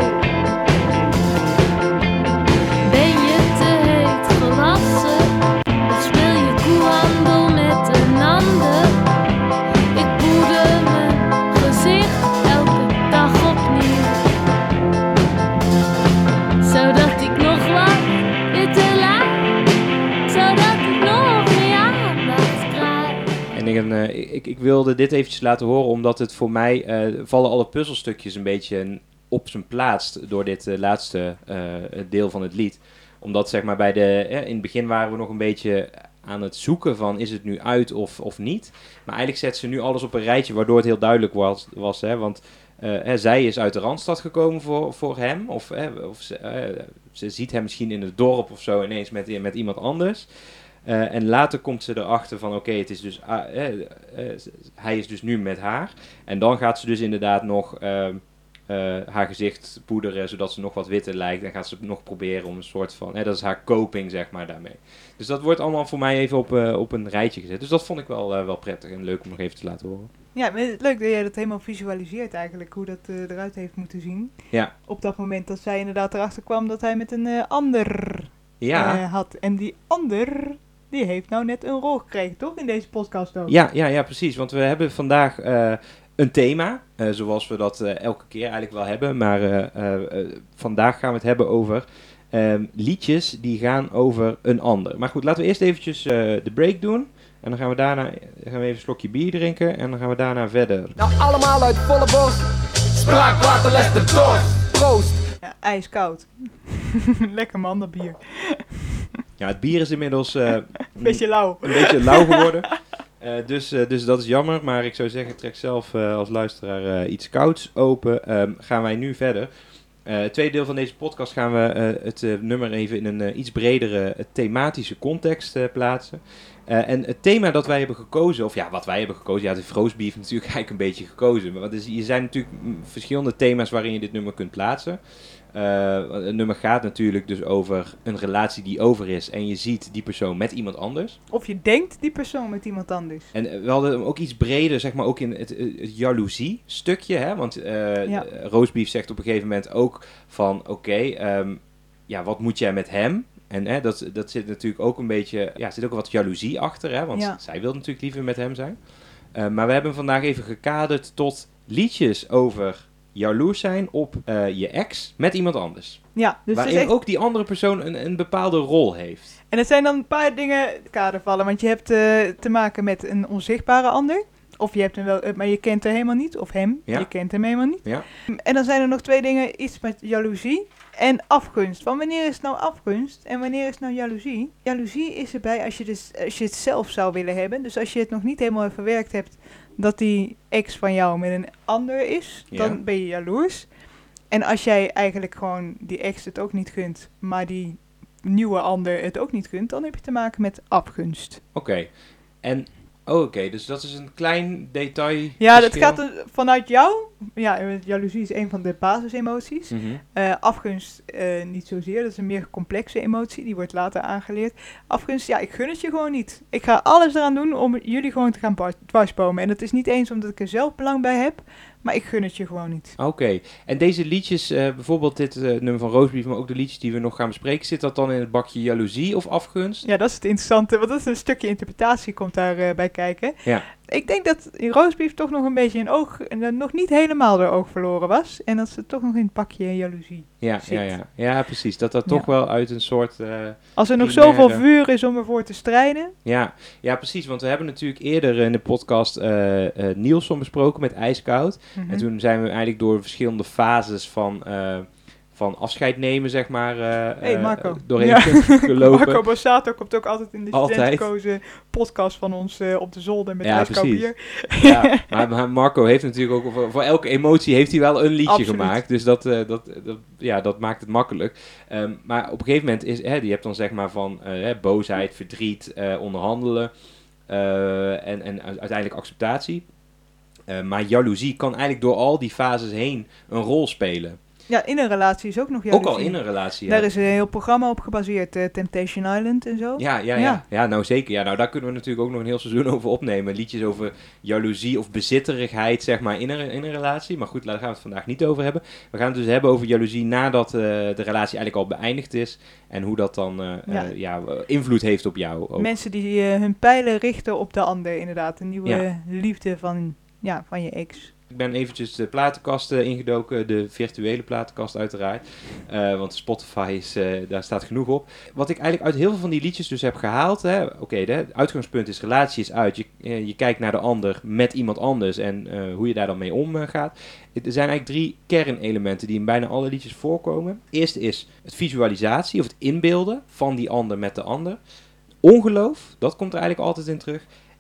Ben je te heet gewassen? Of speel je koehandel met een ander? Ik poeder mijn gezicht elke dag opnieuw. Zodat ik nog wat weer te laat, zodat ik nog meer aandacht krijg.
En ik, uh, ik, ik wilde dit eventjes laten horen. Omdat het voor mij uh, vallen alle puzzelstukjes een beetje op zijn plaats. Door dit uh, laatste uh, deel van het lied. Omdat zeg maar bij de... Eh, in het begin waren we nog een beetje aan het zoeken van is het nu uit of, of niet. Maar eigenlijk zet ze nu alles op een rijtje waardoor het heel duidelijk was. was hè? Want uh, hè, zij is uit de Randstad gekomen voor, voor hem. Of, hè, of ze, uh, ze ziet hem misschien in het dorp of zo ineens met, met iemand anders. Uh, en later komt ze erachter van oké, okay, het is dus uh, uh, uh, hij is dus nu met haar. En dan gaat ze dus inderdaad nog uh, uh, haar gezicht poederen, zodat ze nog wat witter lijkt. En gaat ze nog proberen om een soort van, uh, dat is haar coping zeg maar daarmee. Dus dat wordt allemaal voor mij even op, uh, op een rijtje gezet. Dus dat vond ik wel, uh, wel prettig en leuk om nog even te laten horen.
Ja, maar leuk dat jij dat helemaal visualiseert eigenlijk, hoe dat uh, eruit heeft moeten zien.
Ja.
Op dat moment dat zij inderdaad erachter kwam dat hij met een uh, ander
Ja.
uh, had. En die ander, die heeft nou net een rol gekregen, toch? In deze podcast ook.
Ja, ja, ja, precies. Want we hebben vandaag uh, een thema, uh, zoals we dat uh, elke keer eigenlijk wel hebben. Maar uh, uh, uh, vandaag gaan we het hebben over uh, liedjes die gaan over een ander. Maar goed, laten we eerst eventjes uh, de break doen. En dan gaan we daarna gaan we even een slokje bier drinken. En dan gaan we daarna verder.
Nou, allemaal uit volle borst. Spraakwaterles de dorst. Proost.
Ja, ijskoud. Lekker mandelbier.
Ja, het bier is inmiddels uh,
Beetje lauw.
een beetje lauw geworden. Uh, dus, uh, dus dat is jammer. Maar ik zou zeggen, trek zelf uh, als luisteraar uh, iets kouds open. Um, gaan wij nu verder. Uh, het tweede deel van deze podcast gaan we uh, het uh, nummer even in een uh, iets bredere uh, thematische context uh, plaatsen. Uh, en het thema dat wij hebben gekozen, of ja, wat wij hebben gekozen, ja, het is Roast Beef natuurlijk eigenlijk een beetje gekozen. Maar dus, er zijn natuurlijk verschillende thema's waarin je dit nummer kunt plaatsen. Uh, het nummer gaat natuurlijk dus over een relatie die over is en je ziet die persoon met iemand anders.
Of je denkt die persoon met iemand anders.
En uh, we hadden hem ook iets breder, zeg maar, ook in het, het jaloezie stukje, hè, want uh,
Ja.
Roast Beef zegt op een gegeven moment ook van, oké, okay, um, ja, wat moet jij met hem? En hè, dat, dat zit natuurlijk ook een beetje, ja, er zit ook wat jaloezie achter, hè, want
Ja.
zij wil natuurlijk liever met hem zijn. Uh, maar we hebben hem vandaag even gekaderd tot liedjes over jaloers zijn op uh, je ex met iemand anders.
Ja, dus het
waarin
is echt...
ook die andere persoon een, een bepaalde rol heeft.
En het zijn dan een paar dingen kader vallen, want je hebt uh, te maken met een onzichtbare ander. Of je hebt hem wel, uh, maar je kent hem helemaal niet. Of hem,
Ja.
je kent hem helemaal niet.
Ja.
En dan zijn er nog twee dingen, iets met jaloezie en afgunst. Van wanneer is het nou afgunst en wanneer is het nou jaloezie? Jaloezie is erbij als je, dus, als je het zelf zou willen hebben. Dus als je het nog niet helemaal verwerkt hebt dat die ex van jou met een ander is,
Ja.
dan ben je jaloers. En als jij eigenlijk gewoon die ex het ook niet gunt, maar die nieuwe ander het ook niet gunt, dan heb je te maken met afgunst.
Oké. Okay. En, oh, oké, okay. Dus dat is een klein detail.
Ja, dat
verschil.
gaat er vanuit jou. Ja, jaloezie is een van de basisemoties.
Mm-hmm.
Uh, afgunst uh, niet zozeer, dat is een meer complexe emotie, die wordt later aangeleerd. Afgunst, ja, ik gun het je gewoon niet. Ik ga alles eraan doen om jullie gewoon te gaan bar- dwarsbomen. En dat is niet eens omdat ik er zelf belang bij heb, maar ik gun het je gewoon niet.
Oké, okay. En deze liedjes, uh, bijvoorbeeld dit uh, nummer van Roast Beef, maar ook de liedjes die we nog gaan bespreken, zit dat dan in het bakje jaloezie of afgunst?
Ja, dat is het interessante, want dat is een stukje interpretatie komt daarbij uh, bij kijken.
Ja.
Ik denk dat in Roast Beef toch nog een beetje in oog, uh, nog niet helemaal door oog verloren was. En dat ze toch nog in het bakje jaloezie
Ja,
zit.
ja, ja. Ja, precies. Dat dat toch
Ja.
wel uit een soort... Uh,
Als er nog
primaire...
zoveel vuur is om ervoor te strijden.
Ja, ja, precies. Want we hebben natuurlijk eerder in de podcast uh, uh, Nielsen besproken met IJskoud.
Mm-hmm.
En toen zijn we eigenlijk door verschillende fases van, uh, van afscheid nemen, zeg maar, uh,
Hey Marco.
uh, doorheen
Ja.
gelopen.
Marco Borsato komt ook altijd in de
Altijd.
studentenkozen podcast van ons uh, op de zolder met
Ja,
ijskoud
precies.
bier.
Ja, maar, maar Marco heeft natuurlijk ook, voor, voor elke emotie heeft hij wel een liedje
Absoluut.
gemaakt. Dus dat, uh, dat, dat, ja, dat maakt het makkelijk. Um, maar op een gegeven moment is, hè, je hebt dan zeg maar van uh, hè, boosheid, verdriet, uh, onderhandelen uh, en, en uiteindelijk acceptatie. Uh, maar jaloezie kan eigenlijk door al die fases heen een rol spelen.
Ja, in een relatie is ook nog jaloezie.
Ook al in een relatie. Ja.
Daar is een heel programma op gebaseerd, uh, Temptation Island en zo.
Ja, ja, ja.
Ja.
ja, nou zeker. Ja, nou, daar kunnen we natuurlijk ook nog een heel seizoen over opnemen. Liedjes over jaloezie of bezitterigheid, zeg maar, in een, in een relatie. Maar goed, daar gaan we het vandaag niet over hebben. We gaan het dus hebben over jaloezie nadat uh, de relatie eigenlijk al beëindigd is. En hoe dat dan uh,
Ja.
uh, ja, invloed heeft op jou ook.
Mensen die uh, hun pijlen richten op de ander, inderdaad. Een nieuwe
Ja.
liefde van, ja, van je ex.
Ik ben eventjes de platenkast uh, ingedoken, de virtuele platenkast uiteraard. Uh, want Spotify, is, uh, daar staat genoeg op. Wat ik eigenlijk uit heel veel van die liedjes dus heb gehaald. Oké, okay, het uitgangspunt is relatie is uit. Je, uh, je kijkt naar de ander met iemand anders en uh, hoe je daar dan mee omgaat. Uh, er zijn eigenlijk drie kernelementen die in bijna alle liedjes voorkomen. Eerst is het visualisatie of het inbeelden van die ander met de ander. Ongeloof, dat komt er eigenlijk altijd in terug.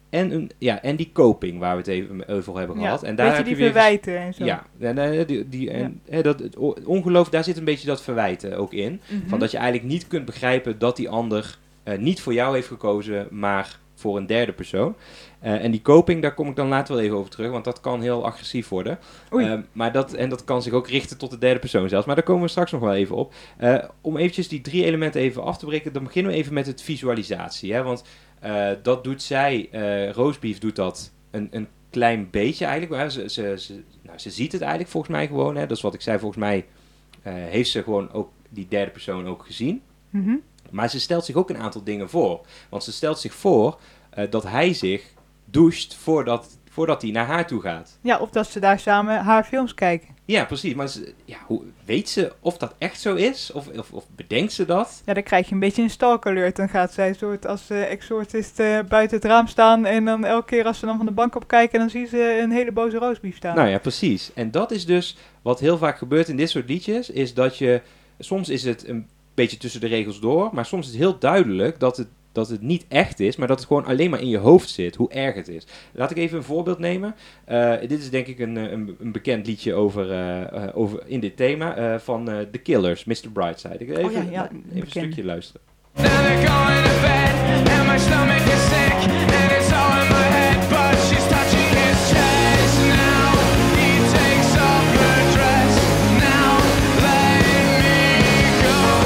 en, een, ja, en die coping waar we het even over hebben
Ja,
gehad. En daar
beetje
heb
die
je weer
verwijten en zo.
Ja, en, eh, die, die, en, hè, dat, het o- ongeloof, daar zit een beetje dat verwijten ook in.
Mhm.
Van dat je eigenlijk niet kunt begrijpen dat die ander uh, niet voor jou heeft gekozen, maar voor een derde persoon. Uh, en die coping, daar kom ik dan later wel even over terug, want dat kan heel agressief worden.
Oei.
Uh, maar dat, en dat kan zich ook richten tot de derde persoon zelfs. Maar daar komen we straks nog wel even op. Uh, om eventjes die drie elementen even af te breken, dan beginnen we even met het visualisatie. Hè? Want uh, dat doet zij, uh, Roastbeef doet dat een, een klein beetje eigenlijk. Maar ze, ze, ze, nou, ze ziet het eigenlijk volgens mij gewoon. Hè? Dat is wat ik zei, volgens mij uh, heeft ze gewoon ook die derde persoon ook gezien.
Mhm.
Maar ze stelt zich ook een aantal dingen voor. Want ze stelt zich voor uh, dat hij zich doucht voordat, voordat hij naar haar toe gaat.
Ja, of dat ze daar samen haar films kijken.
Ja, precies. Maar ze, ja, hoe, weet ze of dat echt zo is? Of, of, of bedenkt ze dat?
Ja, dan krijg je een beetje een stalk-alert. Dan gaat zij soort als uh, exorcist uh, buiten het raam staan. En dan elke keer als ze dan van de bank opkijken, dan zien ze een hele boze roastbeef staan.
Nou ja, precies. En dat is dus wat heel vaak gebeurt in dit soort liedjes. Is dat je, soms is het een beetje tussen de regels door. Maar soms is het heel duidelijk dat het, dat het niet echt is. Maar dat het gewoon alleen maar in je hoofd zit. Hoe erg het is. Laat ik even een voorbeeld nemen. Uh, dit is denk ik een, een, een bekend liedje over, uh, uh, over in dit thema. Uh, van uh, The Killers, mister Brightside. Ik even,
Oh ja, ja,
even een
bekend.
stukje luisteren.
Now they're going to bed, and my stomach is sick, and it's all in my head, but she's touching his chest now. He takes off her dress, now let me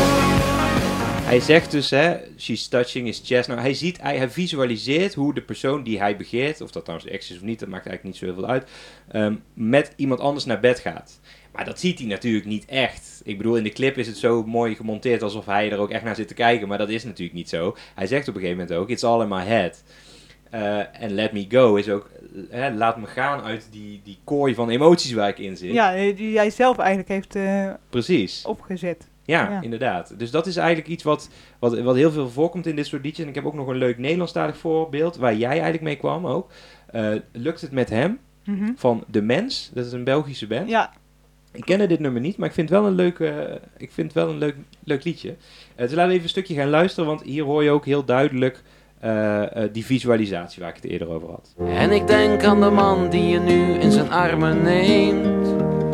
go.
Hij zegt dus, hè, she's touching his chest. Nou, hij ziet, hij, hij visualiseert hoe de persoon die hij begeert, of dat trouwens de ex is of niet, dat maakt eigenlijk niet zo heel veel uit, um, met iemand anders naar bed gaat. Maar dat ziet hij natuurlijk niet echt. Ik bedoel, in de clip is het zo mooi gemonteerd alsof hij er ook echt naar zit te kijken. Maar dat is natuurlijk niet zo. Hij zegt op een gegeven moment ook, it's all in my head. En uh, let me go is ook, uh, laat me gaan uit die, die kooi van emoties waar ik in zit.
Ja, die jij zelf eigenlijk heeft uh,
Precies.
opgezet.
Ja,
Ja.
inderdaad. Dus dat is eigenlijk iets wat, wat, wat heel veel voorkomt in dit soort liedjes. En ik heb ook nog een leuk Nederlandstalig voorbeeld, waar jij eigenlijk mee kwam ook. Uh, Lukt het met hem,
Mhm.
van De Mens. Dat is een Belgische band.
Ja,
Ik kende dit nummer niet, maar ik vind het wel een leuk, uh, ik vind het wel een leuk, leuk liedje. Uh, dus laten we even een stukje gaan luisteren, want hier hoor je ook heel duidelijk uh, uh, die visualisatie waar ik het eerder over had.
En ik denk aan de man die je nu in zijn armen neemt.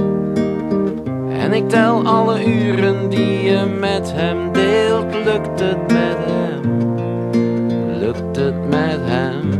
En ik tel alle uren die je met hem deelt. Lukt het met hem? Lukt het met hem?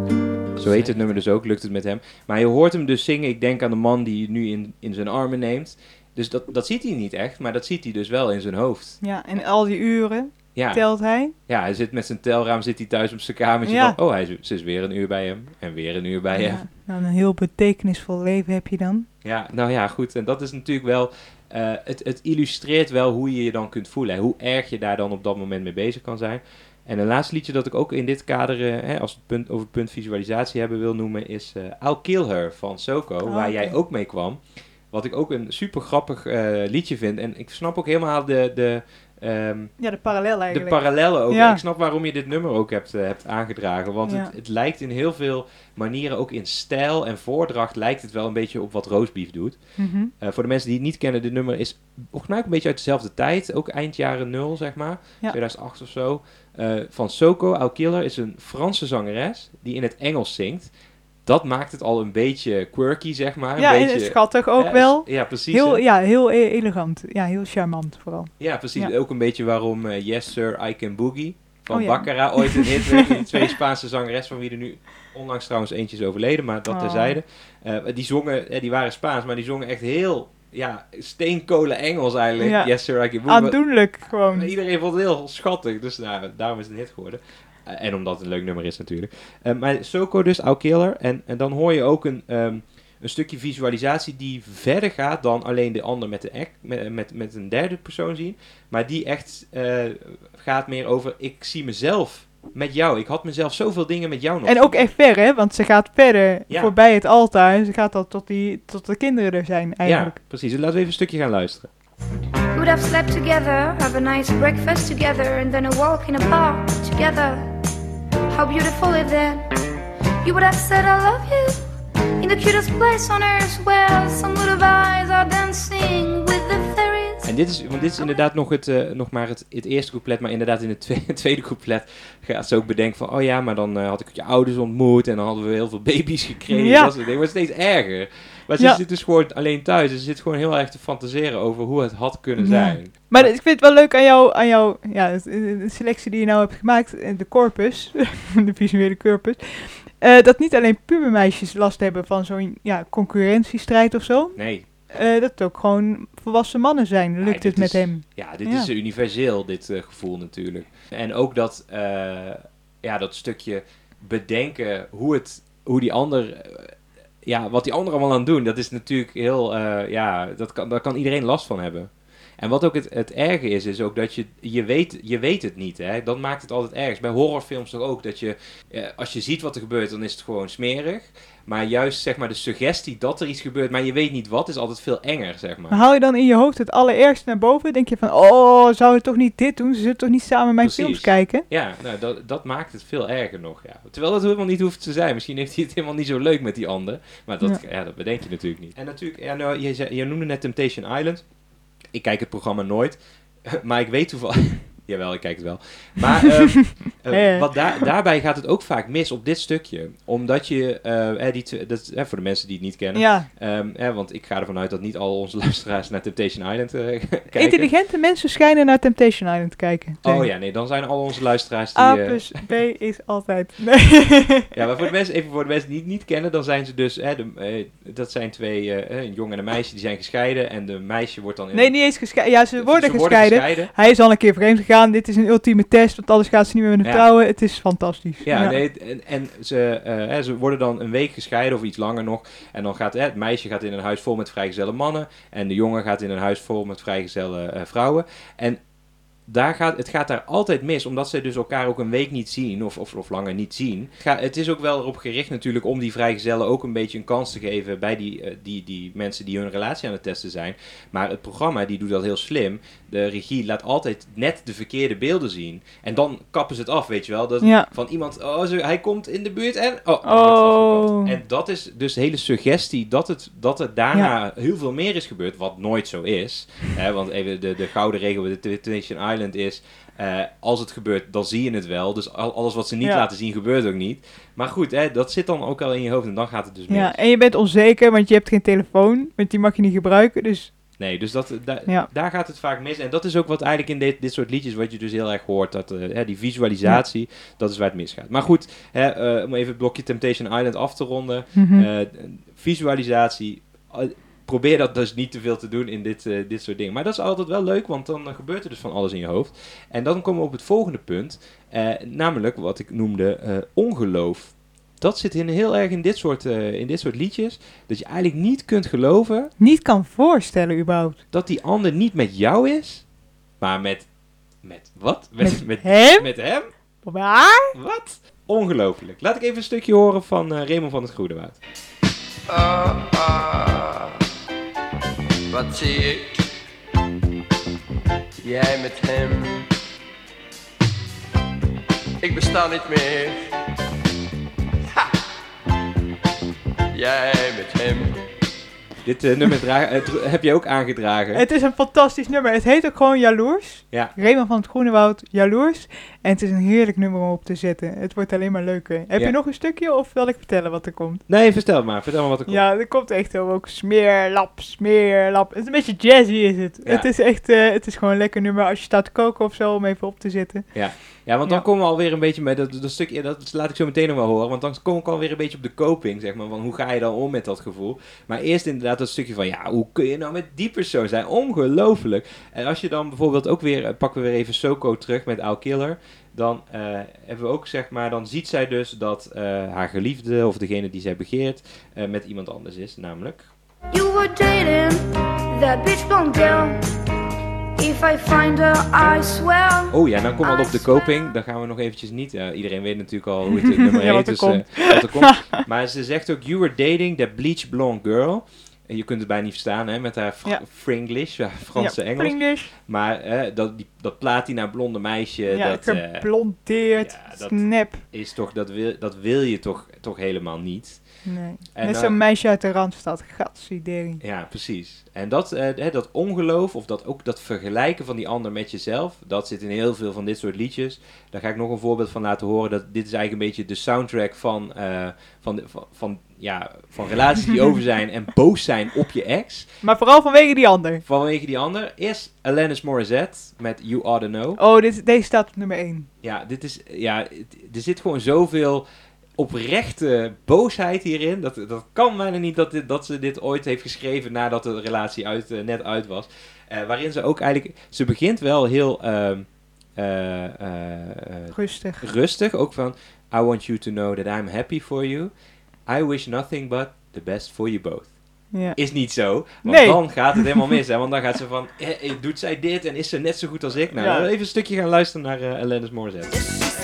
Zo heet het nummer dus ook, Lukt het met hem. Maar je hoort hem dus zingen, ik denk aan de man die je nu in, in zijn armen neemt. Dus dat, dat ziet hij niet echt, maar dat ziet hij dus wel in zijn hoofd.
ja, en al die uren
Ja,
telt hij.
ja hij zit met zijn telraam, zit hij thuis op zijn kamertje.
Ja.
Van, oh, hij is, ze is weer een uur bij hem en weer een uur bij hem.
Ja, nou, een heel betekenisvol leven heb je dan.
Ja, nou ja, goed. En dat is natuurlijk wel... Uh, het, het illustreert wel hoe je je dan kunt voelen. Hè? Hoe erg je daar dan op dat moment mee bezig kan zijn. En een laatste liedje dat ik ook in dit kader... Uh, hè, als we het punt, over het punt visualisatie hebben wil noemen... is uh, I'll Kill Her van Soko.
Oh,
waar
okay.
jij ook mee kwam. Wat ik ook een super grappig uh, liedje vind. En ik snap ook helemaal de... de Um,
Ja, de parallel
de
eigenlijk.
parallellen ook.
Ja.
Ik snap waarom je dit nummer ook hebt, uh, hebt aangedragen. Want
Ja.
het, het lijkt in heel veel manieren, ook in stijl en voordracht, lijkt het wel een beetje op wat Roastbeef doet.
Mhm.
Uh, voor de mensen die het niet kennen, dit nummer is volgens mij ook een beetje uit dezelfde tijd. Ook eind jaren nul, zeg maar.
Ja.
tweeduizend acht of zo. Uh, van Soko, I'll Kill Her, is een Franse zangeres die in het Engels zingt. Dat maakt het al een beetje quirky, zeg maar. Een
Ja,
beetje,
en schattig ook
uh,
wel.
Ja, precies.
Heel,
hè?
ja, heel e- elegant. Ja, heel charmant vooral.
Ja, precies.
Ja.
Ook een beetje waarom uh, Yes Sir, I Can Boogie van
Oh ja.
Baccara ooit een hit werd. Die twee Spaanse zangeres van wie er nu onlangs trouwens eentje is overleden, maar dat
Oh.
terzijde. Uh, die zongen, eh, die waren Spaans, maar die zongen echt heel ja, steenkolen Engels eigenlijk.
Ja.
Yes Sir, I Can Boogie. Maar-
Aandoenlijk gewoon.
maar iedereen vond het heel schattig, dus nou, daarom is het een hit geworden. Uh, en omdat het een leuk nummer is natuurlijk. Uh, maar Soko dus, I'll Kill Her. En, en dan hoor je ook een, um, een stukje visualisatie die verder gaat dan alleen de ander met, de act, met, met, met een derde persoon zien. Maar die echt uh, gaat meer over, ik zie mezelf met jou. Ik had mezelf zoveel dingen met jou nog.
En ook echt ver, hè? Want ze gaat verder
Ja.
voorbij het altaar. Ze gaat al tot, die, tot de kinderen er zijn
Ja,
eigenlijk.
precies. Laten we even een stukje gaan luisteren.
We would have slept together, have a nice breakfast together, and then a walk in a park together. How beautiful it then. You would have said I love you in the cutest place on earth, where some little eyes are dancing with the fairies
En dit is, want dit is inderdaad nog, het, uh, nog maar het, het eerste couplet, maar inderdaad in het tweede, het tweede couplet gaat ze ook bedenken van, oh ja, maar dan uh, had ik je ouders ontmoet en dan hadden we heel veel baby's gekregen.
Ja.
Dat soort dingen. Het wordt steeds erger. Maar ze
Ja.
zit dus gewoon alleen thuis en ze zit gewoon heel erg te fantaseren over hoe het had kunnen
Ja.
zijn.
Maar ik vind het wel leuk aan jou, aan jou ja, de de selectie die je nou hebt gemaakt, de corpus, de visuele corpus, uh, dat niet alleen pubermeisjes last hebben van zo'n ja, concurrentiestrijd of zo,
Nee.
uh, dat het ook gewoon volwassen mannen zijn, lukt
Ja,
het
dit
met
is-
hem.
Ja, dit
Ja.
is universeel, dit uh, gevoel natuurlijk. En ook dat, uh, ja, dat stukje bedenken hoe, het, hoe die ander, uh, ja, wat die ander allemaal aan het doen, dat is natuurlijk heel, uh, ja, dat kan, daar kan iedereen last van hebben. En wat ook het, het erge is, is ook dat je, je weet, je weet het niet, hè. Dat maakt het altijd ergst. Bij horrorfilms toch ook, dat je, uh, als je ziet wat er gebeurt, dan is het gewoon smerig. Maar juist, zeg maar, de suggestie dat er iets gebeurt, maar je weet niet wat, is altijd veel enger, zeg maar.
Maar haal je dan in je hoofd het allerergste naar boven? Denk je van, oh, zou het toch niet dit doen? Ze zullen toch niet samen mijn
Precies.
films kijken?
Ja, nou, dat, dat maakt het veel erger nog, ja. Terwijl dat helemaal niet hoeft te zijn. Misschien heeft hij het helemaal niet zo leuk met die ander. Maar dat, ja.
Ja.
dat bedenk je natuurlijk niet. En natuurlijk, ja, nou, je, zei- je noemde net Temptation Island. Ik kijk het programma nooit. Maar ik weet toevallig... Jawel, ik kijk het wel. Maar ehm, eh,
Ja.
wat daar daarbij gaat het ook vaak mis op dit stukje. Omdat je... eh, eh, die tw- dat, eh, voor de mensen die het niet kennen.
Ja.
Ehm, eh, want ik ga ervan uit dat niet al onze luisteraars naar Temptation Island eh, kijken.
Intelligente mensen schijnen naar Temptation Island te kijken.
Oh ja, nee, dan zijn al onze luisteraars die...
A
eh,
plus B is altijd... Nee.
Ja, maar voor de mensen, even voor de mensen die het niet kennen, dan zijn ze dus, hè, de, eh, dat zijn twee, eh, een jongen en een meisje, die zijn gescheiden en de meisje wordt dan in...
Nee, niet eens gescheiden. Ja, ze worden gescheiden.
gescheiden.
Hij is al een keer vreemd gegaan. Dit is een ultieme test, want anders gaat ze niet meer met hem
Ja.
trouwen. Het is fantastisch.
Ja, nee, en, en ze, eh, hè, ze worden dan een week gescheiden of iets langer nog. En dan gaat hè, het meisje gaat in een huis vol met vrijgezelle mannen en de jongen gaat in een huis vol met vrijgezelle eh, vrouwen. En daar gaat, het gaat daar altijd mis, omdat ze dus elkaar ook een week niet zien, of, of, of langer niet zien. Ga, het is ook wel erop gericht natuurlijk om die vrijgezellen ook een beetje een kans te geven bij die, uh, die, die mensen die hun relatie aan het testen zijn. Maar het programma, die doet dat heel slim. De regie laat altijd net de verkeerde beelden zien. En dan kappen ze het af, weet je wel. Dat
Ja.
Van iemand, oh, zo, hij komt in de buurt en... Oh,
Oh.
dan wordt het afgekapt. En dat is dus de hele suggestie dat het, dat er daarna
Ja.
heel veel meer is gebeurd, wat nooit zo is. Hè, want even de, de gouden regel bij de Temptation Island is... Uh, als het gebeurt, dan zie je het wel. Dus al, alles wat ze niet
Ja.
laten zien, gebeurt ook niet. Maar goed, hè, dat zit dan ook al in je hoofd en dan gaat het dus mis.
Ja, en je bent onzeker, want je hebt geen telefoon. Want die mag je niet gebruiken, dus...
Nee, dus dat, da,
Ja.
daar gaat het vaak mis. En dat is ook wat eigenlijk in dit, dit soort liedjes, wat je dus heel erg hoort. Dat, uh, hè, die visualisatie, dat is waar het misgaat. Maar goed, hè, uh, om even het blokje Temptation Island af te ronden.
Mhm.
Uh, visualisatie... Uh, probeer dat dus niet te veel te doen in dit, uh, dit soort dingen. Maar dat is altijd wel leuk, want dan uh, gebeurt er dus van alles in je hoofd. En dan komen we op het volgende punt. Uh, namelijk wat ik noemde uh, ongeloof. Dat zit in heel erg in dit, soort, uh, in dit soort liedjes. Dat je eigenlijk niet kunt geloven...
Niet kan voorstellen, überhaupt.
Dat die ander niet met jou is, maar met... Met wat?
Met hem?
Met hem?
Waar?
Wat? Ongelooflijk. Laat ik even een stukje horen van uh, Raymond van het Groenewoud.
Ah, ah, wat zie ik? Jij met hem. Ik besta niet meer. Ha! Jij met hem.
Dit uh, nummer dra- uh, dr- heb je ook aangedragen.
Het is een fantastisch nummer. Het heet ook gewoon Jaloers.
Ja.
Raymond van het Groenewoud, Jaloers. En het is een heerlijk nummer om op te zetten. Het wordt alleen maar leuker. Heb
Ja.
je nog een stukje of wil ik vertellen wat er komt?
Nee, vertel maar. Vertel maar wat er komt.
Ja, er komt echt wel ook smeerlap, smeerlap. Het is een beetje jazzy is het.
Ja.
Het is echt, uh, het is gewoon een lekker nummer als je staat te koken of zo om even op te zetten.
Ja, ja want dan
Ja.
komen we alweer een beetje bij dat, dat stukje, dat laat ik zo meteen nog wel horen, want dan kom ik alweer een beetje op de coping, zeg maar, van hoe ga je dan om met dat gevoel. Maar eerst inderdaad dat stukje van, ja, hoe kun je nou met die persoon zijn? Ongelooflijk. En als je dan bijvoorbeeld ook weer, pakken we weer even Soko terug met Al Killer, dan uh, hebben we ook, zeg maar, dan ziet zij dus dat uh, haar geliefde, of degene die zij begeert, uh, met iemand anders is, namelijk...
You were dating that bitch blonde girl. If I find her, I swear.
Oh ja, dan komen we al op de coping. Dan gaan we nog eventjes niet... Uh, iedereen weet natuurlijk al hoe het nummer
Ja,
heet.
wat er
Dus,
komt.
uh, wat er komt. Maar ze zegt ook... You were dating that bleach blonde girl. En je kunt het bijna niet verstaan, hè. Met haar fr-
Ja.
Fringlish. Ja, Franse
ja,
Engels.
English.
Maar uh, dat, die, dat platina blonde meisje...
Ja,
dat uh,
geblondeerd,
ja, dat-
snap.
is toch... Dat wil, dat wil je toch, toch toch helemaal niet.
Nee.
En,
Net
uh,
zo'n meisje uit de Randstad. Gatsidering.
Ja, precies. En dat, uh, hè, dat ongeloof, of dat ook dat vergelijken van die ander met jezelf, dat zit in heel veel van dit soort liedjes. Daar ga ik nog een voorbeeld van laten horen. Dat, dit is eigenlijk een beetje de soundtrack van, uh, van, de, van, van, ja, van relaties die over zijn en boos zijn op je ex.
Maar vooral vanwege die ander.
Vanwege die ander. Eerst Alanis Morissette met You Ought To Know.
Oh, dit, deze staat op nummer één.
Ja, dit is, ja, het- er zit gewoon zoveel oprechte boosheid hierin. Dat, dat kan bijna niet dat, dit, dat ze dit ooit heeft geschreven nadat de relatie uit, uh, net uit was. Uh, waarin ze ook eigenlijk... Ze begint wel heel uh, uh, uh, uh,
Rustig.
rustig. Ook van... I want you to know that I'm happy for you. I wish nothing but the best for you both.
Ja.
Is niet zo. Want
Nee.
dan gaat het helemaal mis. Hè? Want dan gaat ze van... Eh, eh, doet zij dit en is ze net zo goed als ik? Nou,
Ja.
even een stukje gaan luisteren naar uh, Alanis Morissette.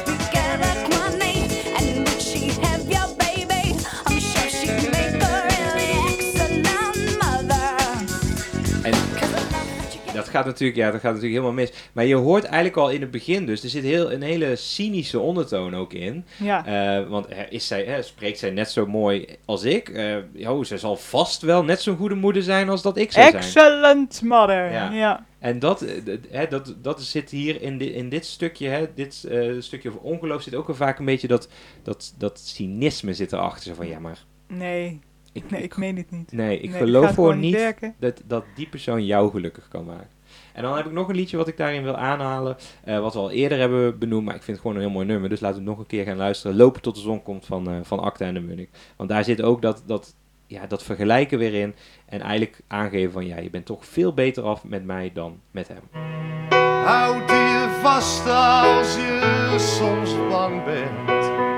En dat gaat natuurlijk, ja, dat gaat natuurlijk helemaal mis. Maar je hoort eigenlijk al in het begin dus, er zit heel, een hele cynische ondertoon ook in.
Ja.
Uh, want uh, is zij, uh, spreekt zij net zo mooi als ik? Uh, oh, zij zal vast wel net zo'n goede moeder zijn als dat ik zou zijn.
Excellent mother.
Ja.
Ja.
En dat, uh, d- hè, dat, dat zit hier in, di- in dit stukje, hè, dit uh, stukje over ongeloof zit ook wel vaak een beetje dat, dat, dat cynisme zit erachter. Zo van, ja, maar...
Nee.
Ik,
Nee, ik meen het niet.
Nee, ik
Nee,
geloof
gaat
gewoon
niet
niet
werken.
dat, dat die persoon jou gelukkig kan maken. En dan heb ik nog een liedje wat ik daarin wil aanhalen. Uh, wat we al eerder hebben benoemd, maar ik vind het gewoon een heel mooi nummer. Dus laten we nog een keer gaan luisteren. Lopen tot de zon komt van, uh, van Acta en de Munnik. Want daar zit ook dat, dat, ja, dat vergelijken weer in. En eigenlijk aangeven van, ja, je bent toch veel beter af met mij dan met hem.
Houd je vast als je soms bang bent.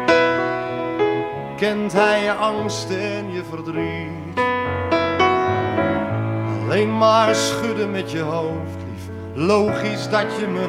Kent hij je angst en je verdriet. Alleen maar schudden met je hoofd, lief. Logisch dat je me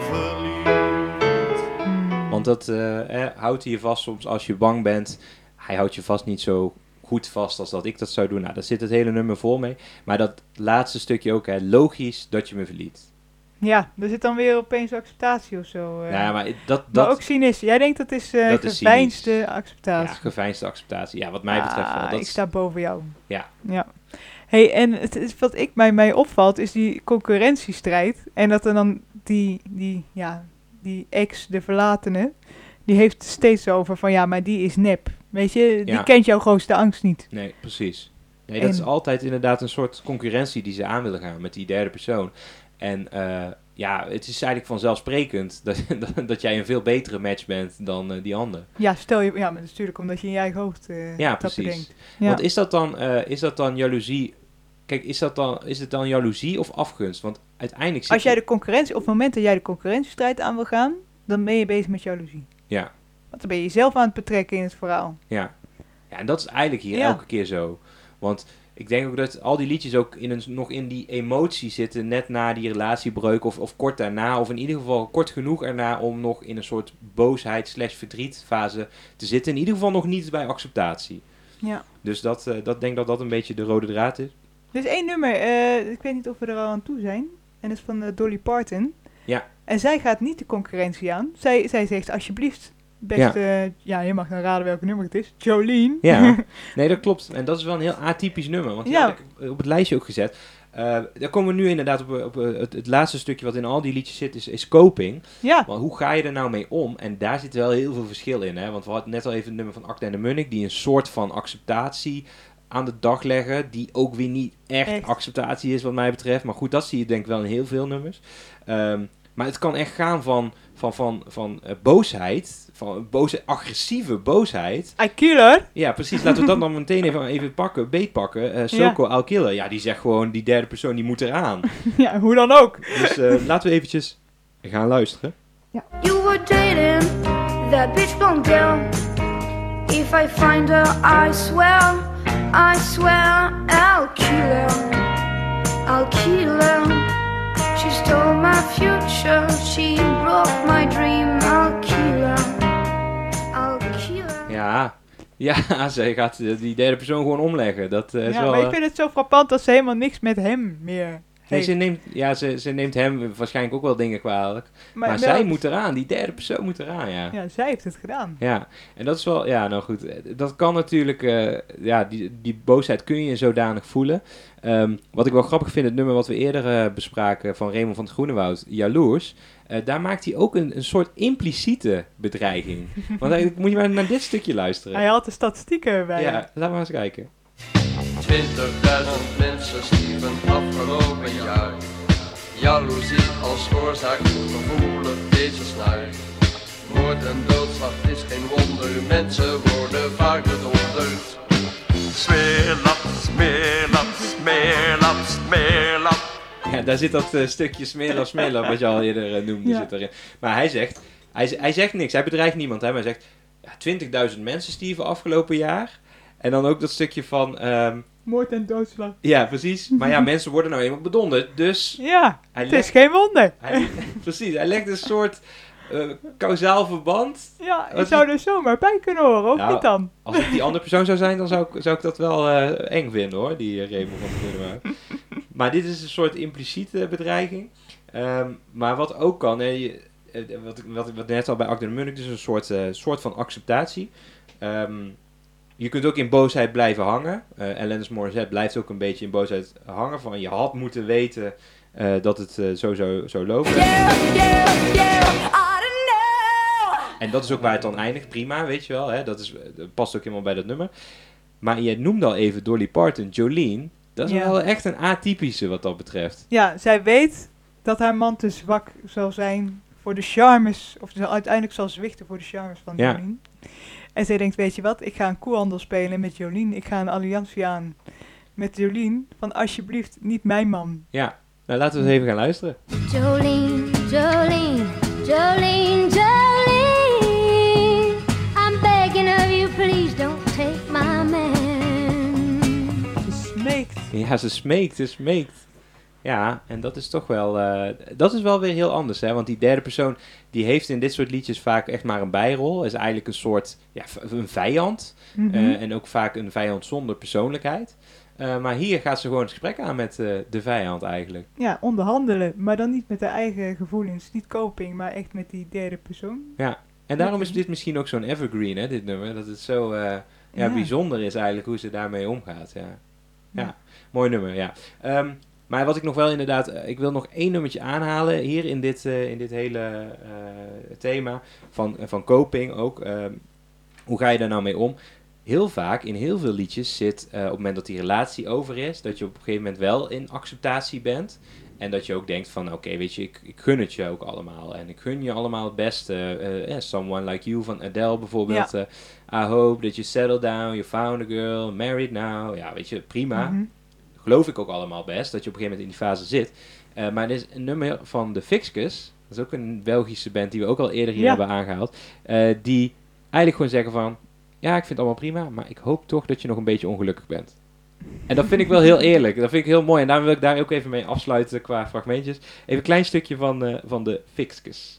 verliet.
Want dat uh, eh, houdt hij je vast soms als je bang bent. Hij houdt je vast niet zo goed vast als dat ik dat zou doen. Nou, daar zit het hele nummer vol mee. Maar dat laatste stukje ook, hè, logisch dat je me verliet.
Ja, er zit dan weer opeens acceptatie of zo. Uh.
Ja, maar dat... dat
Maar ook cynisch. Jij denkt dat is uh,
dat is
geveinsde
cynisch.
acceptatie.
Ja, geveinsde acceptatie. Ja, wat mij betreft wel.
Ah,
Dat
ik
is-
sta boven jou.
Ja.
Ja. Hey, en het is, wat ik mij, mij opvalt is die concurrentiestrijd. En dat er dan die, die, ja, die ex, de verlatene, die heeft het steeds over van ja, maar die is nep. Weet je, die
Ja.
kent jouw grootste angst niet.
Nee, precies. Nee, dat
En-
is altijd inderdaad een soort concurrentie die ze aan willen gaan met die derde persoon. En uh, ja, het is eigenlijk vanzelfsprekend dat, dat, dat jij een veel betere match bent dan uh, die ander.
Ja, stel je, ja, maar dat is natuurlijk omdat je in je eigen hoofd uh,
Ja,
dat
precies.
bedenkt. Ja.
Want is dat dan, uh, is dat dan jaloezie? Kijk, is, dat dan, is het dan jaloezie of afgunst? Want uiteindelijk zit
Als jij
je-
de concurrentie, op het moment dat jij de concurrentiestrijd aan wil gaan, dan ben je bezig met jaloezie.
Ja,
Want dan ben je jezelf aan het betrekken in het verhaal.
ja. Ja, en dat is eigenlijk hier
Ja.
elke keer zo. Want ik denk ook dat al die liedjes ook in een, nog in die emotie zitten, net na die relatiebreuk of, of kort daarna, of in ieder geval kort genoeg erna om nog in een soort boosheid slash verdrietfase te zitten. In ieder geval nog niet bij acceptatie.
Ja.
Dus dat, uh, dat denk dat dat een beetje de rode draad is.
Er is één nummer, eh, ik weet niet of we er al aan toe zijn. En dat is van eh, Dolly Parton.
Ja.
En zij gaat niet de concurrentie aan. Zij, zij zegt alsjeblieft, beste, ja. ja, je mag dan raden welk nummer het is. Jolene.
Ja, nee, dat klopt. En dat is wel een heel atypisch nummer. Want die
Ja.
had ik op het lijstje ook gezet. Uh, daar komen we nu inderdaad op, op uh, het, het laatste stukje wat in al die liedjes zit, is, is coping.
Ja.
Maar hoe ga je er nou mee om? En daar zit wel heel veel verschil in. Hè? Want we hadden net al even het nummer van Acta en de Munnik, die een soort van acceptatie aan de dag leggen, die ook weer niet echt,
Echt.
acceptatie is wat mij betreft. Maar goed, dat zie je denk ik wel in heel veel nummers. Um, maar het kan echt gaan van, van, van, van uh, boosheid, van boze, agressieve boosheid.
I kill her.
Ja, precies. Laten we dat dan meteen even, even pakken, beetpakken. Uh, Soko
Ja.
I'll kill her. Ja, die zegt gewoon, die derde persoon, die moet eraan.
Ja, hoe dan ook.
Dus uh, laten we eventjes gaan luisteren.
You were dating that bitch blonde girl. If I find her, I swear, I swear, I'll kill her. I'll kill her. She stole my future. She broke my dream. I'll kill her. I'll kill her.
Ja, ja, zij gaat uh, die derde persoon gewoon omleggen. Dat uh, is
Ja,
wel...
maar ik
uh,
vind het zo frappant dat ze helemaal niks met hem meer
Nee, ze neemt, ja, ze, ze neemt hem waarschijnlijk ook wel dingen kwalijk. Maar, maar
wel-
zij moet eraan, die derde persoon moet eraan, ja.
Ja, zij heeft het gedaan.
Ja, en dat is wel, ja, nou goed, dat kan natuurlijk, uh, ja, die, die boosheid kun je zodanig voelen. Um, wat ik wel grappig vind, het nummer wat we eerder uh, bespraken van Raymond van het Groenewoud, Jaloers, uh, daar maakt hij ook een, een soort impliciete bedreiging. Want uh, moet je maar naar dit stukje luisteren.
Hij had de statistieken bij.
Ja,
hem.
laten we maar eens kijken.
twintigduizend mensen stierven afgelopen jaar. Jaloezie als oorzaak gevoelen deze snaar. Moord en doodslag is geen wonder, mensen worden vaak bedonderd.
Smeerlap, smeerlap, smeerlap, smeerlap.
Ja, daar zit dat uh, stukje smeerlap, smeerlap wat je al eerder uh, noemde,
Ja.
zit erin. Maar hij zegt, hij, z- hij zegt niks, hij bedreigt niemand, hè, maar hij zegt, ja, twintigduizend mensen stierven afgelopen jaar. En dan ook dat stukje van, um,
Moord en doodslag.
ja, precies. Maar ja, mensen worden nou eenmaal bedonderd, dus...
Ja,
Hij
het
legt-
is geen wonder.
Hij, precies, hij legt een soort uh, kausaal verband.
Ja, je
Wat
zou
die-
er zomaar bij kunnen horen, of
Nou,
niet dan?
Als ik die andere persoon zou zijn, dan zou ik, zou ik dat wel uh, eng vinden, hoor, die uh, Raymond van de Groenewoud. Maar dit is een soort impliciete bedreiging. Um, maar wat ook kan, hè, je, uh, wat, wat, wat net al bij Akda de Munnik, dus een soort, uh, soort van acceptatie. Um, je kunt ook in boosheid blijven hangen. Uh, Alanis Morissette blijft ook een beetje in boosheid hangen. Van je had moeten weten uh, dat het uh, zo zou zo lopen. En dat is ook waar het dan eindigt. Prima, weet je wel. Hè? Dat, is, dat past ook helemaal bij dat nummer. Maar je noemde al even Dolly Parton, Jolene. Dat is
Ja.
wel echt een atypische wat dat betreft.
Ja, zij weet dat haar man te zwak zal zijn voor de charmes, of ze uiteindelijk zal zwichten voor de charmes van
Ja.
Jolien. En zij denkt, weet je wat, ik ga een koehandel spelen met Jolien. Ik ga een alliantie aan met Jolien. Van alsjeblieft, niet mijn man.
Ja, nou laten we eens even gaan luisteren.
Jolene, Jolene, Jolene, Jolene. I'm begging of you, please don't take my man.
Ze smeekt.
Ja, ze smeekt, ze smeekt. Ja, en dat is toch wel... Uh, dat is wel weer heel anders, hè. Want die derde persoon, die heeft in dit soort liedjes vaak echt maar een bijrol. Is eigenlijk een soort... Ja, v- een vijand.
Mhm.
Uh, en ook vaak een vijand zonder persoonlijkheid. Uh, maar hier gaat ze gewoon het gesprek aan met uh, de vijand eigenlijk.
Ja, onderhandelen. Maar dan niet met haar eigen gevoelens. Niet coping, maar echt met die derde persoon.
Ja, en daarom is dit misschien ook zo'n evergreen, hè, dit nummer. Dat het zo uh, ja,
Ja.
bijzonder is eigenlijk hoe ze daarmee omgaat. Ja, ja.
Ja.
Mooi nummer, ja. Um, maar wat ik nog wel inderdaad... Uh, ik wil nog één nummertje aanhalen hier in dit, uh, in dit hele uh, thema van, uh, van coping ook. Um, hoe ga je daar nou mee om? Heel vaak, in heel veel liedjes zit uh, op het moment dat die relatie over is, dat je op een gegeven moment wel in acceptatie bent. En dat je ook denkt van, oké, okay, weet je, ik, ik gun het je ook allemaal. En ik gun je allemaal het beste. Uh, yeah, Someone Like You van Adele bijvoorbeeld.
Ja.
Uh, I hope that you settle down, you found a girl, married now. Ja, weet je, prima.
Mhm.
Geloof ik ook allemaal best, dat je op een gegeven moment in die fase zit. Uh, maar er is een nummer van de Fixkes. Dat is ook een Belgische band die we ook al eerder hier
Ja.
hebben aangehaald. Uh, die eigenlijk gewoon zeggen van... Ja, ik vind het allemaal prima, maar ik hoop toch dat je nog een beetje ongelukkig bent. En dat vind ik wel heel eerlijk. Dat vind ik heel mooi. En daarom wil ik daar ook even mee afsluiten qua fragmentjes. Even een klein stukje van, uh, van de Fixkes.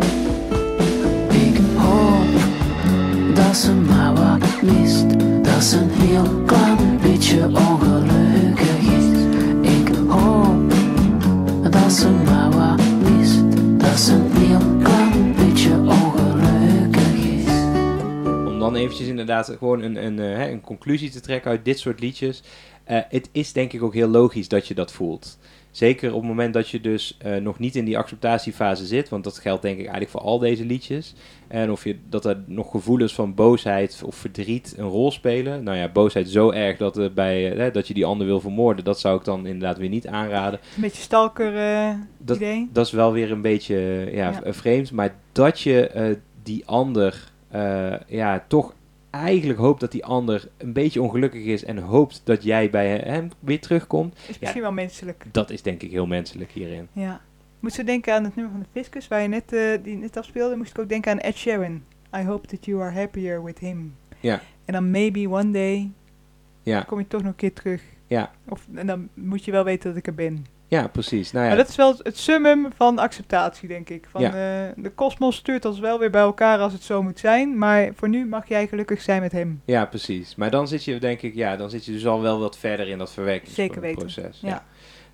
Ik hoop dat ze maar wat mist. Dat ze een heel klein beetje ongelukkig is. Ik hoop dat ze maar wat mist. Dat ze een heel klein beetje ongelukkig is.
Om dan eventjes inderdaad gewoon een, een, uh, een conclusie te trekken uit dit soort liedjes. Uh, het is denk ik ook heel logisch dat je dat voelt. Zeker op het moment dat je dus uh, nog niet in die acceptatiefase zit. Want dat geldt denk ik eigenlijk voor al deze liedjes. En of je, dat er nog gevoelens van boosheid of verdriet een rol spelen. Nou ja, boosheid zo erg dat, er bij, uh, dat je die ander wil vermoorden. Dat zou ik dan inderdaad weer niet aanraden.
Een beetje stalker uh,
dat,
idee.
Dat is wel weer een beetje uh, ja,
Ja.
v- vreemd. Maar dat je uh, die ander uh, ja, toch eigenlijk hoopt dat die ander een beetje ongelukkig is. En hoopt dat jij bij hem weer terugkomt.
Is
Ja,
misschien wel menselijk.
dat is denk ik heel menselijk hierin.
Ja. Moet ze denken aan het nummer van de Fiscus, waar je net, uh, die net afspeelde, moest ik ook denken aan Ed Sheeran. I hope that you are happier with him.
Ja.
En dan maybe one day
Ja.
kom je toch nog een keer terug.
Ja.
Of, en dan moet je wel weten dat ik er ben.
Ja, precies. Nou ja,
Maar dat is wel het summum van acceptatie, denk ik. Van,
Ja.
uh, de kosmos stuurt ons wel weer bij elkaar als het zo moet zijn. Maar voor nu mag jij gelukkig zijn met hem.
ja, precies. Maar dan zit je denk ik, ja, dan zit je dus al wel wat verder in dat verwerkingsproces.
Zeker weten. Ja.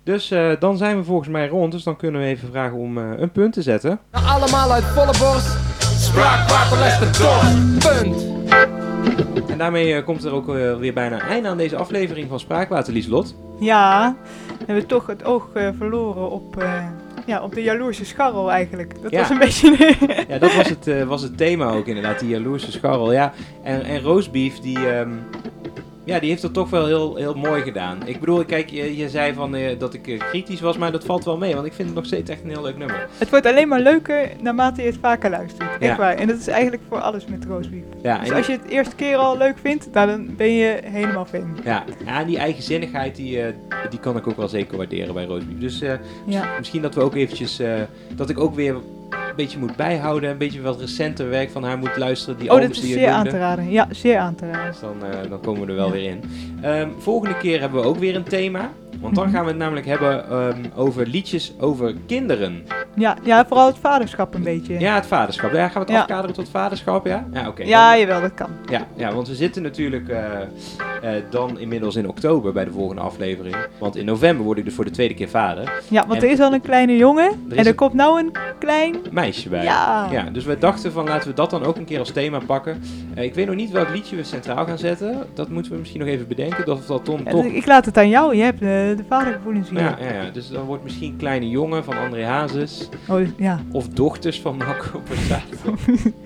Dus uh, dan zijn we volgens mij rond. Dus dan kunnen we even vragen om uh, een punt te zetten.
Nou, allemaal uit volle borst. Spraakwaterles de dorst. Punt.
En daarmee uh, komt er ook uh, weer bijna een einde aan deze aflevering van Spraakwater, Lieselot.
Ja, we hebben toch het oog uh, verloren op, uh, ja, op de jaloerse scharrel eigenlijk. Dat
ja.
was een beetje...
ja, dat was het, uh, was het thema ook inderdaad, die jaloerse scharrel. Ja. En, en Roastbeef, die... Um, Ja, die heeft het toch wel heel, heel mooi gedaan. Ik bedoel, kijk, je, je zei van, uh, dat ik uh, kritisch was, maar dat valt wel mee. Want ik vind het nog steeds echt een heel leuk nummer.
Het wordt alleen maar leuker naarmate je het vaker luistert. Echt
ja.
waar. En dat is eigenlijk voor alles met Roastbeef.
Ja,
dus als je het eerste keer al leuk vindt, nou, dan ben je helemaal fan.
Ja, ja en die eigenzinnigheid, die, uh, die kan ik ook wel zeker waarderen bij Roastbeef. Dus uh,
ja.
misschien dat we ook eventjes, uh, dat ik ook weer... een beetje moet bijhouden, een beetje wat recenter werk van haar moet luisteren. Die
oh, dat is
die
zeer aan te raden. Ja, zeer aan te raden.
Dus dan, uh, dan komen we er wel ja. weer in. Um, volgende keer hebben we ook weer een thema. Want dan gaan we het namelijk hebben um, over liedjes over kinderen.
Ja, ja, vooral het vaderschap een beetje.
Ja, het vaderschap. Ja, gaan we het
ja.
afkaderen tot vaderschap, ja? Ja, oké. Okay.
Ja, dan, jawel, dat kan.
Ja, ja, want we zitten natuurlijk uh, uh, dan inmiddels in oktober bij de volgende aflevering. Want in november word ik dus voor de tweede keer vader.
Ja, want en er is al een kleine jongen er en er
een...
komt nou een klein...
meisje bij.
Ja.
ja. Dus we dachten van laten we dat dan ook een keer als thema pakken. Uh, ik weet nog niet welk liedje we centraal gaan zetten. Dat moeten we misschien nog even bedenken. Dat dat dan
ja,
toch...
Ik laat het aan jou. Je hebt de, de vadergevoelens hier.
Ja, ja, ja, dus dan wordt misschien Kleine Jongen van André Hazes.
Oh, ja.
Of Dochters van Marco Borsato.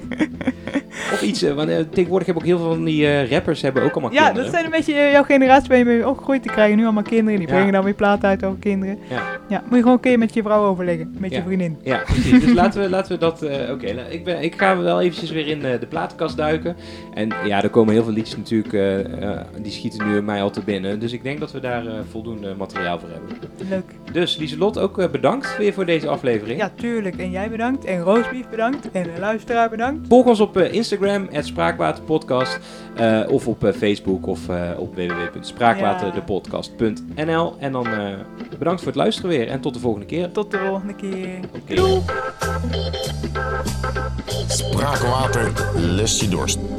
Of iets, uh, want uh, tegenwoordig hebben ook heel veel van die uh, rappers hebben ook allemaal
ja,
kinderen.
Ja, dat zijn een beetje uh, jouw generatie waar je mee opgegroeid. Die krijgen nu allemaal kinderen. Die
ja.
brengen dan weer platen uit over kinderen.
Ja.
Ja, moet je gewoon een keer met je vrouw overleggen. Met
ja.
je vriendin.
Ja, precies. Dus laten we, laten we dat... Uh, Oké, okay, ik, ben, ik ga wel eventjes weer in uh, de platenkast duiken. En ja, er komen heel veel liedjes natuurlijk. Uh, uh, die schieten nu mij al te binnen. Dus ik denk dat we daar uh, voldoende materiaal voor hebben.
Leuk.
Dus Lieselot, ook uh, bedankt weer voor deze aflevering.
Ja, tuurlijk. En jij bedankt. En Roastbeef bedankt. En de luisteraar bedankt.
Volg ons op uh, Instagram, at Spraakwaterpodcast. Uh, of op uh, Facebook of uh, op w w w punt spraakwaterdepodcast punt n l. En dan uh, bedankt voor het luisteren weer. En tot de volgende keer.
Tot de volgende keer.
Okay. Doei.
Spraakwater lust je dorst.